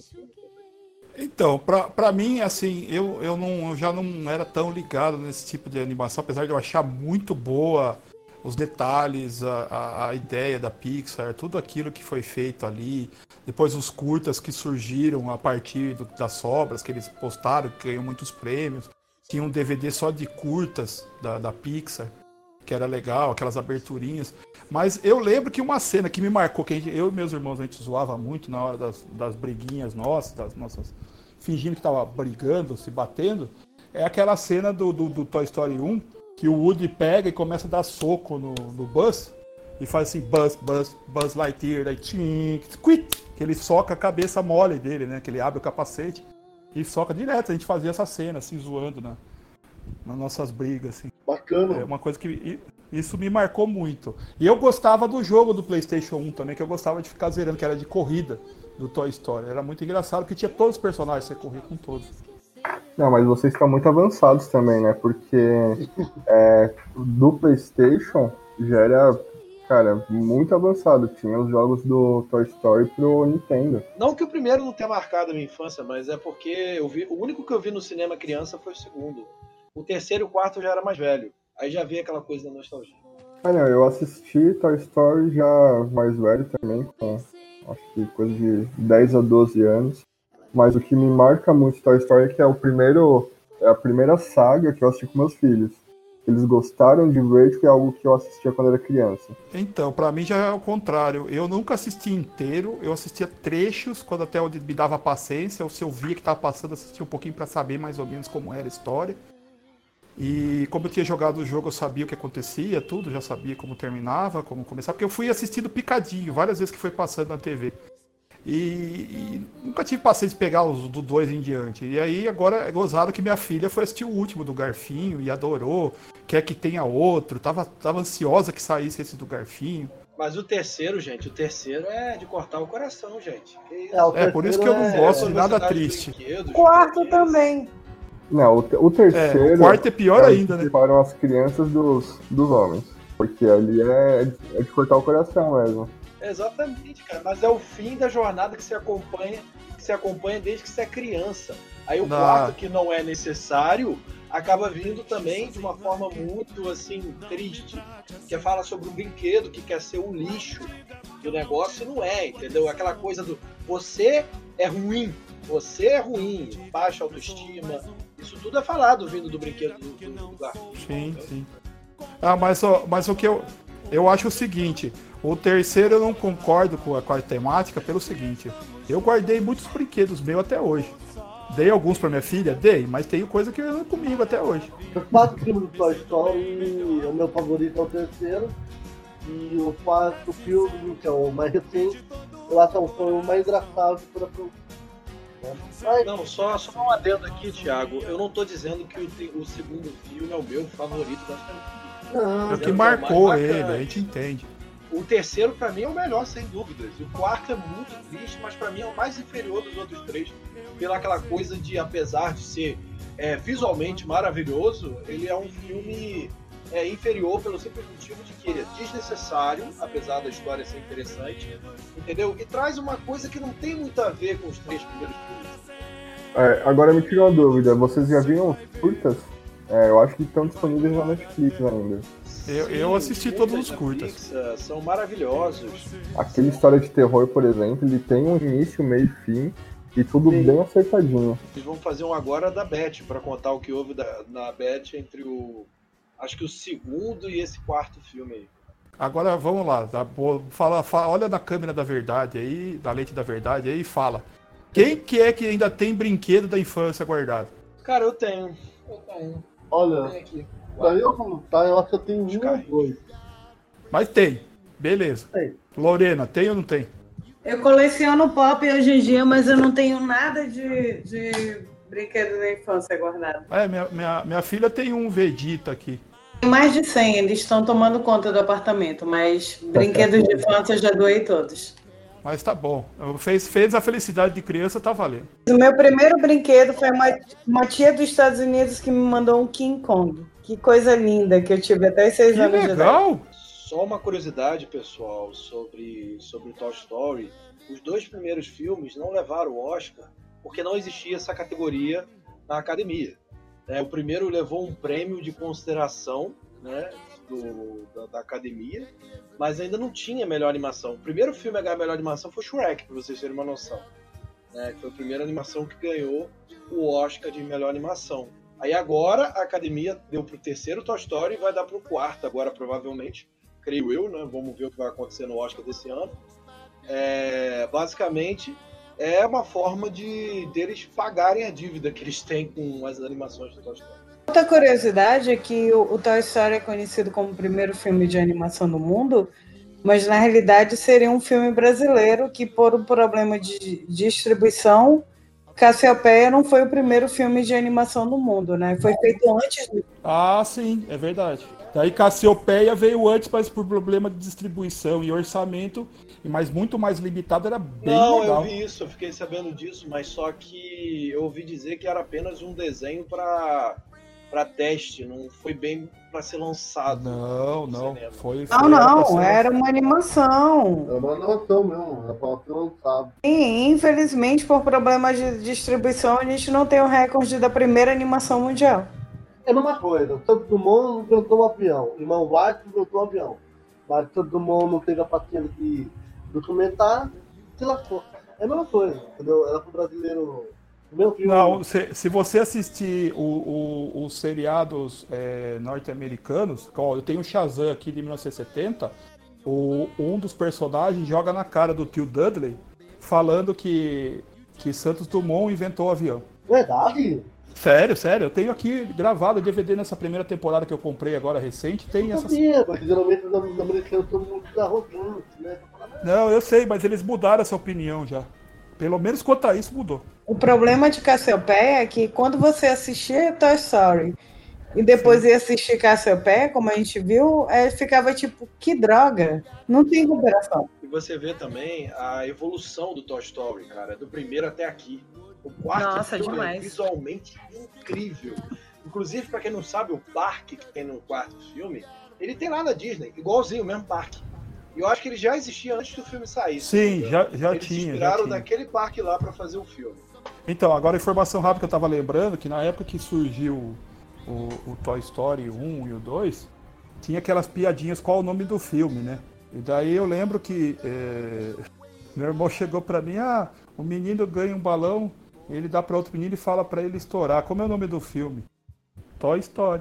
Então, pra, pra mim, assim, eu, eu, não, eu já não era tão ligado nesse tipo de animação, apesar de eu achar muito boa os detalhes, a, a, a ideia da Pixar, tudo aquilo que foi feito ali, depois os curtas que surgiram a partir do, das obras que eles postaram, que ganham muitos prêmios. Tinha um D V D só de curtas da, da Pixar, que era legal, aquelas aberturinhas. Mas eu lembro que uma cena que me marcou, que a gente, eu e meus irmãos, a gente zoava muito na hora das, das briguinhas nossas, das nossas, fingindo que tava brigando, se batendo, é aquela cena do, do, do Toy Story um, que o Woody pega e começa a dar soco no, no Buzz, e faz assim, Buzz, Buzz, Buzz Lightyear, daí tchim, squit, que ele soca a cabeça mole dele, né, que ele abre o capacete e soca direto. A gente fazia essa cena, assim, zoando na, nas nossas brigas, assim. Bacana. É uma coisa que... Isso me marcou muito. E eu gostava do jogo do PlayStation um também, que eu gostava de ficar zerando, que era de corrida do Toy Story. Era muito engraçado, porque tinha todos os personagens, você corria com todos. Não, mas vocês estão muito avançados também, né? Porque é, do PlayStation já era, cara, muito avançado. Tinha os jogos do Toy Story pro Nintendo. Não que o primeiro não tenha marcado a minha infância, mas é porque eu vi, o único que eu vi no cinema criança foi o segundo. O terceiro e o quarto já era mais velho. Aí já vi aquela coisa da nostalgia. Ah, não, eu assisti Toy Story já mais velho também, com acho que coisa de dez a doze anos. Mas o que me marca muito Toy Story é que é, o primeiro, é a primeira saga que eu assisti com meus filhos. Eles gostaram de ver, que é algo que eu assistia quando era criança. Então, pra mim já é o contrário. Eu nunca assisti inteiro, eu assistia trechos, quando até eu me dava paciência, ou se eu via que tava passando, assistia um pouquinho pra saber mais ou menos como era a história. E como eu tinha jogado o jogo, eu sabia o que acontecia, tudo, já sabia como terminava, como começava, porque eu fui assistindo picadinho, várias vezes que foi passando na T V. E, e nunca tive paciência de pegar os do dois em diante. E aí agora é gozado que minha filha foi assistir o último do Garfinho e adorou, quer que tenha outro, tava, tava ansiosa que saísse esse do Garfinho. Mas o terceiro, gente, o terceiro é de cortar o coração, gente. Que isso? É, por isso que eu não é- gosto de nada Velocidade de triste. brinquedos, Quarto que também. Não, o, te- o terceiro. É, o quarto é pior o ainda, que né? separam as crianças dos, dos homens. Porque ali é, é de cortar o coração mesmo. Exatamente, cara. Mas é o fim da jornada que se acompanha, que se acompanha desde que você é criança. Aí o Não. quarto, que não é necessário, acaba vindo também de uma forma muito, assim, triste. Que fala sobre um brinquedo que quer ser um lixo. E o negócio não é, entendeu? Aquela coisa do você é ruim, você é ruim, baixa autoestima. Isso tudo é falado vindo do brinquedo do, do, do Garfinho. Sim, entendeu? sim. Ah, mas, ó, mas o que eu, eu acho o seguinte, o terceiro eu não concordo com a, com a temática pelo seguinte, eu guardei muitos brinquedos meus até hoje. Dei alguns pra minha filha? Dei, mas tenho coisa que anda comigo até hoje. Os quatro filmes do Toy Story, o meu favorito é o terceiro. E o quarto filme, que é o mais recente, eu acho que foi o mais engraçado para pro. Mas, Não, só, só um adendo aqui, Thiago. Eu não tô dizendo que o, te- o segundo filme é o meu favorito da franquia. não, É o que é o marcou mais ele, bacana. a gente entende. O terceiro, pra mim, é o melhor, sem dúvidas. O quarto é muito triste, mas pra mim é o mais inferior dos outros três. Pela aquela coisa de, apesar de ser é, visualmente maravilhoso, ele é um filme é, inferior pelo simples motivo de que ele é desnecessário, apesar da história ser interessante, entendeu? E traz uma coisa que não tem muito a ver com os três primeiros filmes. É, agora me tirou uma dúvida, vocês já viram os curtas? É, eu acho que estão disponíveis na Netflix ainda. Eu- eu assisti Sim, todos os da curtas. Pixar são maravilhosos. Aquele História de Terror, por exemplo, ele tem um início, meio e fim, e tudo Sim. bem acertadinho. Eles vão fazer um agora da Beth, pra contar o que houve da- na Beth entre o. Acho que o segundo e esse quarto filme aí. Agora vamos lá, tá? Pô, fala, fala- olha na câmera da verdade aí, da lente da verdade aí e fala. Quem que é que ainda tem brinquedo da infância guardado? Cara, eu tenho. Eu tenho. olha, Tem aqui. pra eu contar, eu acho que eu tenho um ou carrinhos. dois. Mas tem, beleza. Tem. Lorena, tem ou não tem? Eu coleciono pop hoje em dia, mas eu não tenho nada de, de brinquedo da infância guardado. É, minha, minha, minha filha tem um Vegeta aqui. Tem mais de cem, eles estão tomando conta do apartamento, mas brinquedos de infância eu já doei todos. Mas tá bom. Eu Fez, fez a felicidade de criança, tá valendo. O meu primeiro brinquedo foi uma, uma tia dos Estados Unidos que me mandou um King Kong. Que coisa linda que eu tive até os seis Que anos de idade. legal! Só uma curiosidade, pessoal, sobre, sobre o Toy Story. Os dois primeiros filmes não levaram o Oscar porque não existia essa categoria na academia. É, o primeiro levou um prêmio de consideração, né, do, da, da academia, mas ainda não tinha melhor animação. O primeiro filme a ganhar melhor animação foi Shrek, para vocês terem uma noção. Né, que foi a primeira animação que ganhou o Oscar de melhor animação. Aí agora a academia deu pro terceiro Toy Story e vai dar pro quarto agora, provavelmente. Creio eu, né? Vamos ver o que vai acontecer no Oscar desse ano. É, basicamente, é uma forma de deles pagarem a dívida que eles têm com as animações do Toy Story. Outra curiosidade é que o, o Toy Story é conhecido como o primeiro filme de animação do mundo, mas na realidade seria um filme brasileiro que, por um problema de distribuição, Cassiopeia não foi o primeiro filme de animação do mundo, né? Foi feito antes do... Ah, sim, é verdade. Daí Cassiopeia veio antes, mas por problema de distribuição e orçamento, mas muito mais limitado, era bem Não, legal. eu vi isso, eu fiquei sabendo disso, mas só que eu ouvi dizer que era apenas um desenho para para teste, não foi bem para ser lançado. Não, no não. cinema. Foi, Não, foi- era pra não, ser- era uma animação. É uma animação mesmo, é pra ser lançado. E, infelizmente, por problemas de distribuição, a gente não tem o recorde da primeira animação mundial. É a mesma coisa, Santos Dumont inventou um avião, Irmão White inventou um avião. Mas Santos Dumont não teve a paciência de documentar, se lascou. É a mesma coisa, entendeu? Era pro brasileiro. Meu filme. Não, se, se você assistir o- o- os seriados é, norte-americanos, ó, eu tenho o Shazam aqui de mil novecentos e setenta, o, um dos personagens joga na cara do tio Dudley falando que, que Santos Dumont inventou o avião. Verdade? Sério, sério, eu tenho aqui gravado o D V D nessa primeira temporada que eu comprei agora recente, tem Eu essa. sabia, porque geralmente os americanos são muito arrogantes, né? Pra falar, Não, eu sei, mas eles mudaram essa opinião já. Pelo menos quanto a isso mudou. O problema de Cassiopeia é que quando você assistia Toy Story e depois ia assistir Cassiopeia, como a gente viu, é, ficava tipo, que droga, não tem comparação. E você vê também a evolução do Toy Story, cara, do primeiro até aqui. O quarto Nossa, filme demais. é visualmente incrível. Inclusive, pra quem não sabe, o parque que tem no quarto filme, ele tem lá na Disney, igualzinho, o mesmo parque. E eu acho que ele já existia antes do filme sair. Sim, né? já, já Eles tinha. se Já inspiraram tinha. daquele parque lá pra fazer o filme. Então, agora informação rápida que eu tava lembrando, que na época que surgiu o, o Toy Story um e o dois, tinha aquelas piadinhas qual o nome do filme, né? E daí eu lembro que é, meu irmão chegou pra mim, ah, o menino ganha um balão, ele dá pra outro menino e fala pra ele estourar. Como é o nome do filme? Toy Story.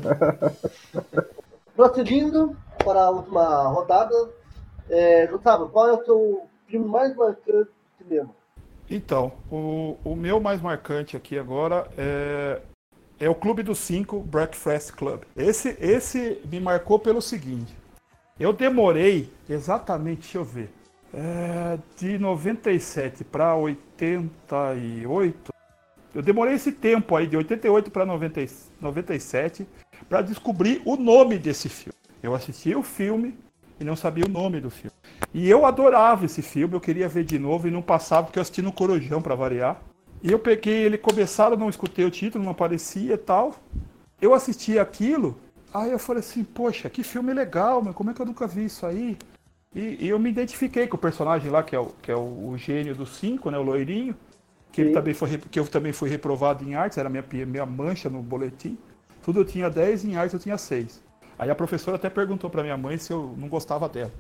Prosseguindo para a última rodada, é, Gustavo, qual é o seu filme mais marcante do cinema? Então, o, o meu mais marcante aqui agora é, é o Clube dos Cinco, Breakfast Club. Esse, esse me marcou pelo seguinte, eu demorei exatamente, deixa eu ver, é, de noventa e sete para oitenta e oito, eu demorei esse tempo aí, de oitenta e oito para noventa e sete, para descobrir o nome desse filme. Eu assisti o filme e não sabia o nome do filme. E eu adorava esse filme, eu queria ver de novo e não passava, porque eu assisti no Corujão para variar. E eu peguei ele começaram, não escutei o título, não aparecia e tal. Eu assisti aquilo, aí eu falei assim, poxa, que filme legal, meu, como é que eu nunca vi isso aí? E, e eu me identifiquei com o personagem lá, que é o, que é o, o gênio dos cinco, né, o loirinho, que, ele também foi, que eu também fui reprovado em artes, era minha, minha mancha no boletim. Tudo eu tinha dez, em artes eu tinha seis. Aí a professora até perguntou pra minha mãe se eu não gostava dela.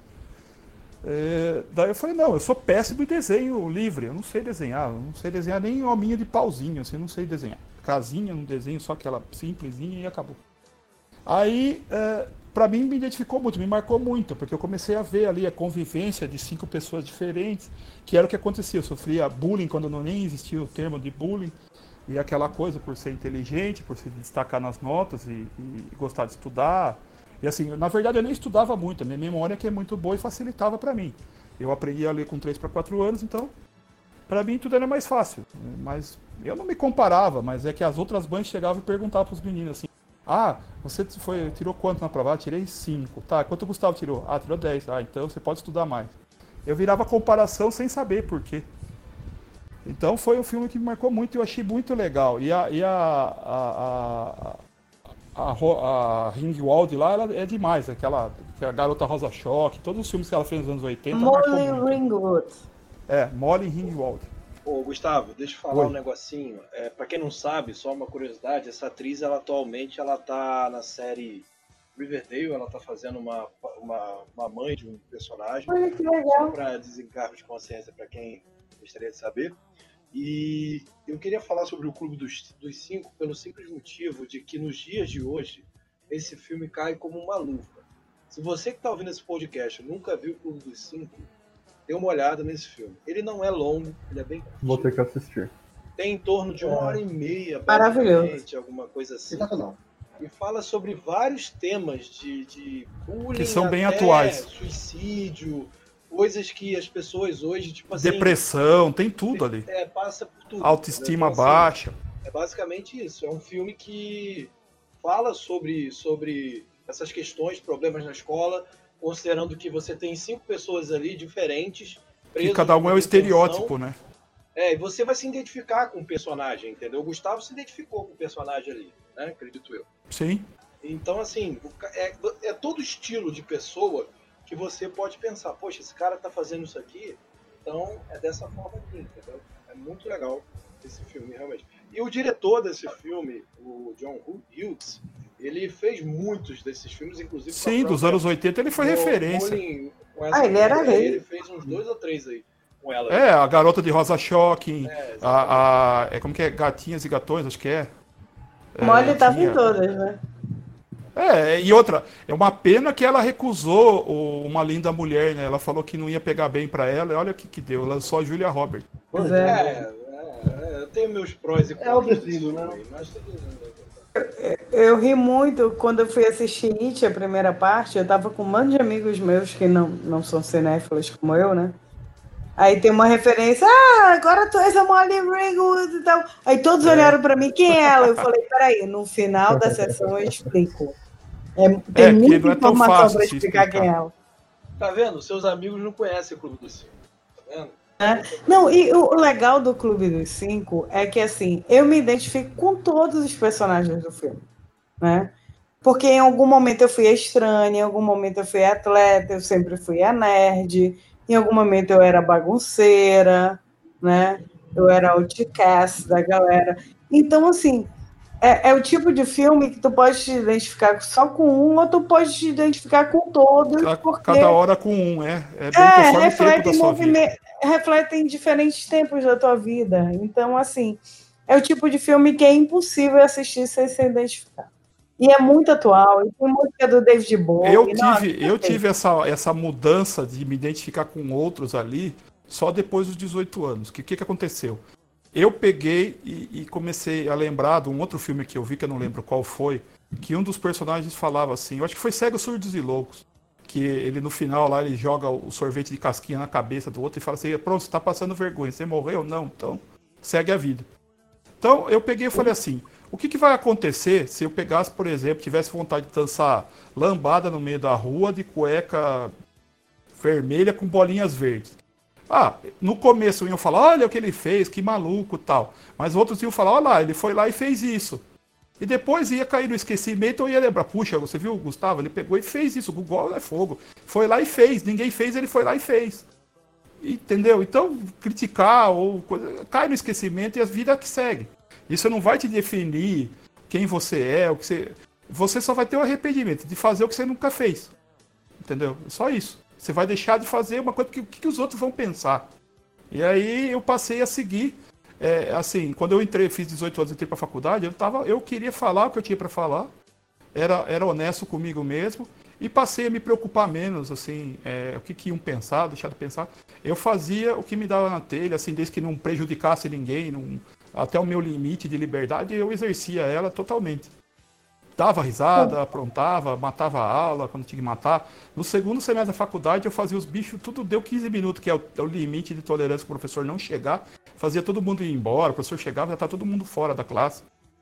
É, daí eu falei, não, eu sou péssimo em desenho livre, eu não sei desenhar, eu não sei desenhar nem hominha de pauzinho, assim, eu não sei desenhar. Casinha, um desenho só aquela simplesinha e acabou. Aí, é, pra mim, me identificou muito, me marcou muito, porque eu comecei a ver ali a convivência de cinco pessoas diferentes, que era o que acontecia, eu sofria bullying quando não nem existia o termo de bullying, e aquela coisa por ser inteligente, por se destacar nas notas e, e gostar de estudar. E assim, na verdade eu nem estudava muito, a minha memória que é muito boa e facilitava pra mim. Eu aprendi a ler com três para quatro anos, então pra mim tudo era mais fácil. Mas eu não me comparava, mas é que as outras mães chegavam e perguntavam pros meninos assim, ah, você foi, tirou quanto na prova? Ah, tirei cinco. Tá, quanto o Gustavo tirou? Ah, tirou dez. Ah, então você pode estudar mais. Eu virava comparação sem saber por quê. Então foi um filme que me marcou muito e eu achei muito legal. E a, e a, a, a, a, a Ringwald lá, ela é demais. Aquela, aquela Garota Rosa Choque, todos os filmes que ela fez nos anos oitenta. Molly Ringwald. É, Molly Ringwald. Ô, Gustavo, deixa eu falar Oi. um negocinho. É, pra quem não sabe, só uma curiosidade, essa atriz, ela atualmente, ela tá na série Riverdale, ela tá fazendo uma, uma, uma mãe de um personagem. Olha que Só legal. pra desencargo de consciência pra quem gostaria de saber. E eu queria falar sobre o Clube dos, dos Cinco pelo simples motivo de que nos dias de hoje esse filme cai como uma luva. Se você que está ouvindo esse podcast nunca viu o Clube dos Cinco, dê uma olhada nesse filme. Ele não é longo, ele é bem curto. Vou ter que assistir. Tem em torno de uma hora e meia, Maravilhoso. basicamente, alguma coisa assim. Sensacional. E fala sobre vários temas de, de bullying, Que são bem até atuais. suicídio, coisas que as pessoas hoje, tipo assim... Depressão, tem tudo ali. É, passa por tudo. Autoestima entendeu? Então, assim, baixa. é basicamente isso. É um filme que fala sobre, sobre essas questões, problemas na escola, considerando que você tem cinco pessoas ali diferentes. Que presas cada um é numa o detenção. estereótipo, né? É, e você vai se identificar com o personagem, entendeu? O Gustavo se identificou com o personagem ali, né? Acredito eu. Sim. Então, assim, o ca- é, é todo estilo de pessoa que você pode pensar, poxa, esse cara tá fazendo isso aqui, então é dessa forma aqui, entendeu? É muito legal esse filme, realmente. E o diretor desse filme, o John Hughes, ele fez muitos desses filmes, inclusive... com a Sim, dos própria anos oitenta ele foi Mo- referência. Molly- com essa Ah, ele era mulher aí, rei. Ele fez uns dois ou três aí com ela. É, a Garota de Rosa Choque, É, exatamente. a, a, é como que é? Gatinhas e Gatões, acho que é. É, Molly tava tinha- em todas, né? É, e outra, é uma pena que ela recusou o- uma linda mulher, né? Ela falou que não ia pegar bem pra ela, e olha o que que deu, lançou a Julia Roberts. Pois É, é. é, é, eu tenho meus prós e É o contras destino, desse né? filme, mas tudo bem. Eu ri muito quando eu fui assistir It, a primeira parte. Eu tava com um monte de amigos meus que não, não são cinéfilos como eu, né? Aí tem uma referência, ah, agora tu és a Molly Ringwald e tal. Aí todos É. olharam pra mim, quem é ela? Eu falei, peraí, no final da sessão eu explico. É, tem É, porque muita não é tão informação fácil pra se explicar explicar. quem é ela. Tá vendo? Seus amigos não conhecem o Clube dos Cinco. Tá vendo? Não, e o legal do Clube dos Cinco é que, assim, eu me identifico com todos os personagens do filme, né? Porque em algum momento eu fui a estranha, em algum momento eu fui a atleta, eu sempre fui a nerd, em algum momento eu era bagunceira, né? Eu era outcast da galera. Então, assim, é, é o tipo de filme que tu pode te identificar só com um, ou tu pode te identificar com todos, Ca- porque Cada hora com um, é. É bem é, conforme o tempo reflete da em sua vida. movimento, reflete em diferentes tempos da tua vida. Então, assim, é o tipo de filme que é impossível assistir sem se identificar. E é muito atual, e tem música do David Bowie. Eu nossa, tive, eu tive essa, essa mudança de me identificar com outros ali só depois dos dezoito anos. O que, que, que aconteceu? Eu peguei e, e comecei a lembrar de um outro filme que eu vi, que eu não lembro qual foi, que um dos personagens falava assim, eu acho que foi Cegos, Surdos e Loucos, que ele no final lá ele joga o sorvete de casquinha na cabeça do outro e fala assim, pronto, você tá passando vergonha, você morreu? Não, então segue a vida. Então eu peguei e falei assim, o que, que vai acontecer se eu pegasse, por exemplo, tivesse vontade de dançar lambada no meio da rua de cueca vermelha com bolinhas verdes? Ah, no começo iam falar, olha o que ele fez, que maluco tal. Mas outros iam falar, olha lá, ele foi lá e fez isso. E depois ia cair no esquecimento, eu ia lembrar, puxa, você viu o Gustavo? Ele pegou e fez isso, o Google é fogo. Foi lá e fez, ninguém fez, ele foi lá e fez. Entendeu? Então, criticar ou coisa, cai no esquecimento e a vida que segue. Isso não vai te definir quem você é, o que você. Você só vai ter o arrependimento de fazer o que você nunca fez. Entendeu? Só isso. Você vai deixar de fazer uma coisa que, que os outros vão pensar. E aí eu passei a seguir. É, assim, quando eu entrei, fiz dezoito anos, entrei pra faculdade, eu, tava, eu queria falar o que eu tinha para falar. Era, era honesto comigo mesmo. E passei a me preocupar menos, assim, é, o que, que iam pensar, deixar de pensar. Eu fazia o que me dava na telha, assim, desde que não prejudicasse ninguém, não, até o meu limite de liberdade, eu exercia ela totalmente. Dava risada, aprontava, matava a aula quando tinha que matar. No segundo semestre da faculdade, eu fazia os bichos, tudo deu quinze minutos, que é o, é o limite de tolerância para o professor não chegar. Fazia todo mundo ir embora, o professor chegava, já estava todo mundo fora da classe.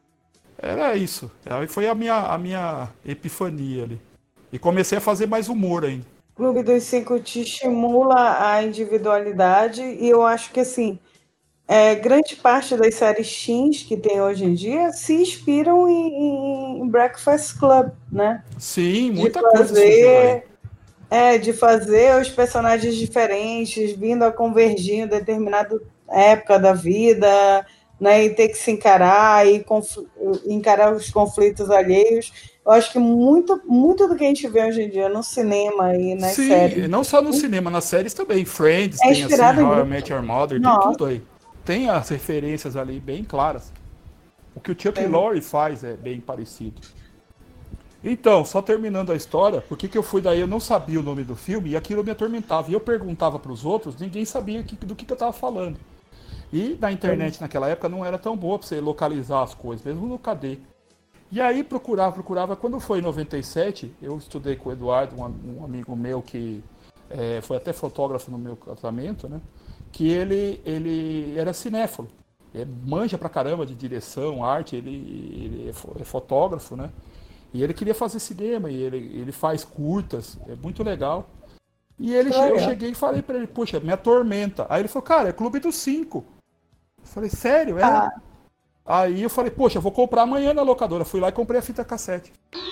Era isso. Aí foi a minha, a minha epifania ali. E comecei a fazer mais humor ainda. O Clube dos Cinco te estimula a individualidade e eu acho que, assim, é, grande parte das séries teens que tem hoje em dia se inspiram em, em Breakfast Club, né? Sim, De muita coisa surgiu daí. fazer, é, de fazer os personagens diferentes, vindo a convergir em determinada época da vida, né? E ter que se encarar e confl- encarar os conflitos alheios. Eu acho que muito, muito do que a gente vê hoje em dia no cinema e nas Sim, séries não só no cinema, nas séries também. Friends, é tem assim, inspirado em How I muito. Met Your Mother, tem Nossa. tudo aí. Tem as referências ali bem claras. O que o Chuck Tem. Lorre faz é bem parecido. Então, só terminando a história, por que que eu fui daí? Eu não sabia o nome do filme e aquilo me atormentava. E eu perguntava para os outros, ninguém sabia que- do que, que eu estava falando. E na internet naquela época não era tão boa para você localizar as coisas, mesmo no K D. E aí procurava, procurava. Quando foi em noventa e sete, eu estudei com o Eduardo, um, um amigo meu que é, foi até fotógrafo no meu casamento, né? Que ele, ele era cinéfilo. Ele manja pra caramba de direção, arte, ele, ele é fo- é fotógrafo, né? E ele queria fazer cinema, e ele, ele faz curtas, é muito legal. E ele, Que eu legal. cheguei e falei pra ele, poxa, me atormenta. Aí ele falou, cara, é Clube dos Cinco. Eu falei, sério? É? Ah. Aí eu falei, poxa, eu vou comprar amanhã na locadora. Fui lá e comprei a fita cassete.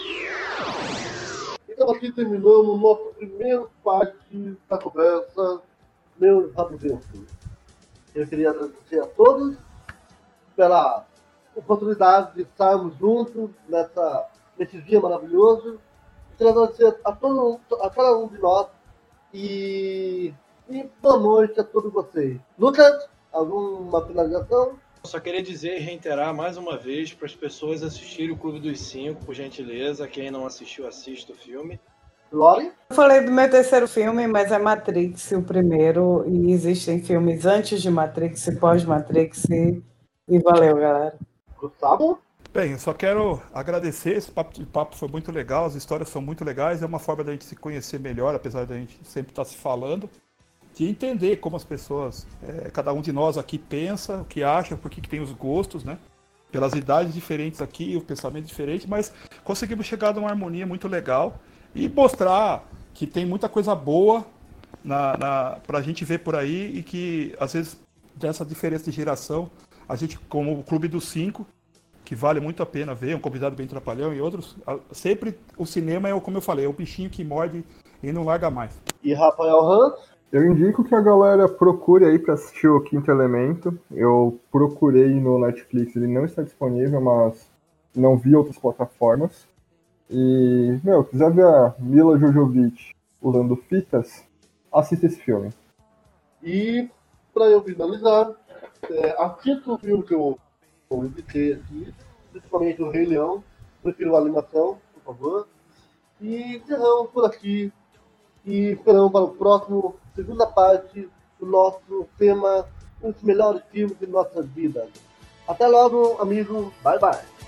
Então aqui terminamos nossa primeira parte da conversa, meu rabugento. Eu queria agradecer a todos pela oportunidade de estarmos juntos nessa, nesse dia maravilhoso. Queria agradecer a, todo, a cada um de nós e, e boa noite a todos vocês. Lucas, alguma finalização? Só queria dizer e reiterar mais uma vez para as pessoas assistirem o Clube dos Cinco, por gentileza. Quem não assistiu, assista o filme. Lore? Eu falei do meu terceiro filme, mas é Matrix o primeiro, e existem filmes antes de Matrix e pós-Matrix, e, e valeu, galera. Gustavo? Bem, eu só quero agradecer, esse papo, esse papo foi muito legal, as histórias são muito legais, é uma forma da gente se conhecer melhor, apesar da gente sempre estar se falando, de entender como as pessoas, é, cada um de nós aqui pensa, o que acha, por que que tem os gostos, né? Pelas idades diferentes aqui, o pensamento diferente, mas conseguimos chegar numa harmonia muito legal e mostrar que tem muita coisa boa na, na, pra gente ver por aí e que, às vezes, dessa diferença de geração, a gente, como o Clube dos Cinco, que vale muito a pena ver, um convidado bem trapalhão e outros, sempre o cinema é, como eu falei, é o bichinho que morde e não larga mais. E Rafael Hans? Eu indico que a galera procure aí pra assistir o Quinto Elemento. Eu procurei no Netflix, ele não está disponível, mas não vi outras plataformas. E, meu, quiser ver a Mila Jovovich usando fitas, assista esse filme. E, pra eu finalizar, é, assista o filme que eu eu indiquei aqui, principalmente o Rei Leão, prefiro a animação, por favor. E encerramos por aqui e esperamos para o próximo, segunda parte do nosso tema, os melhores filmes de nossas vidas. Até logo, amigo. Bye, bye.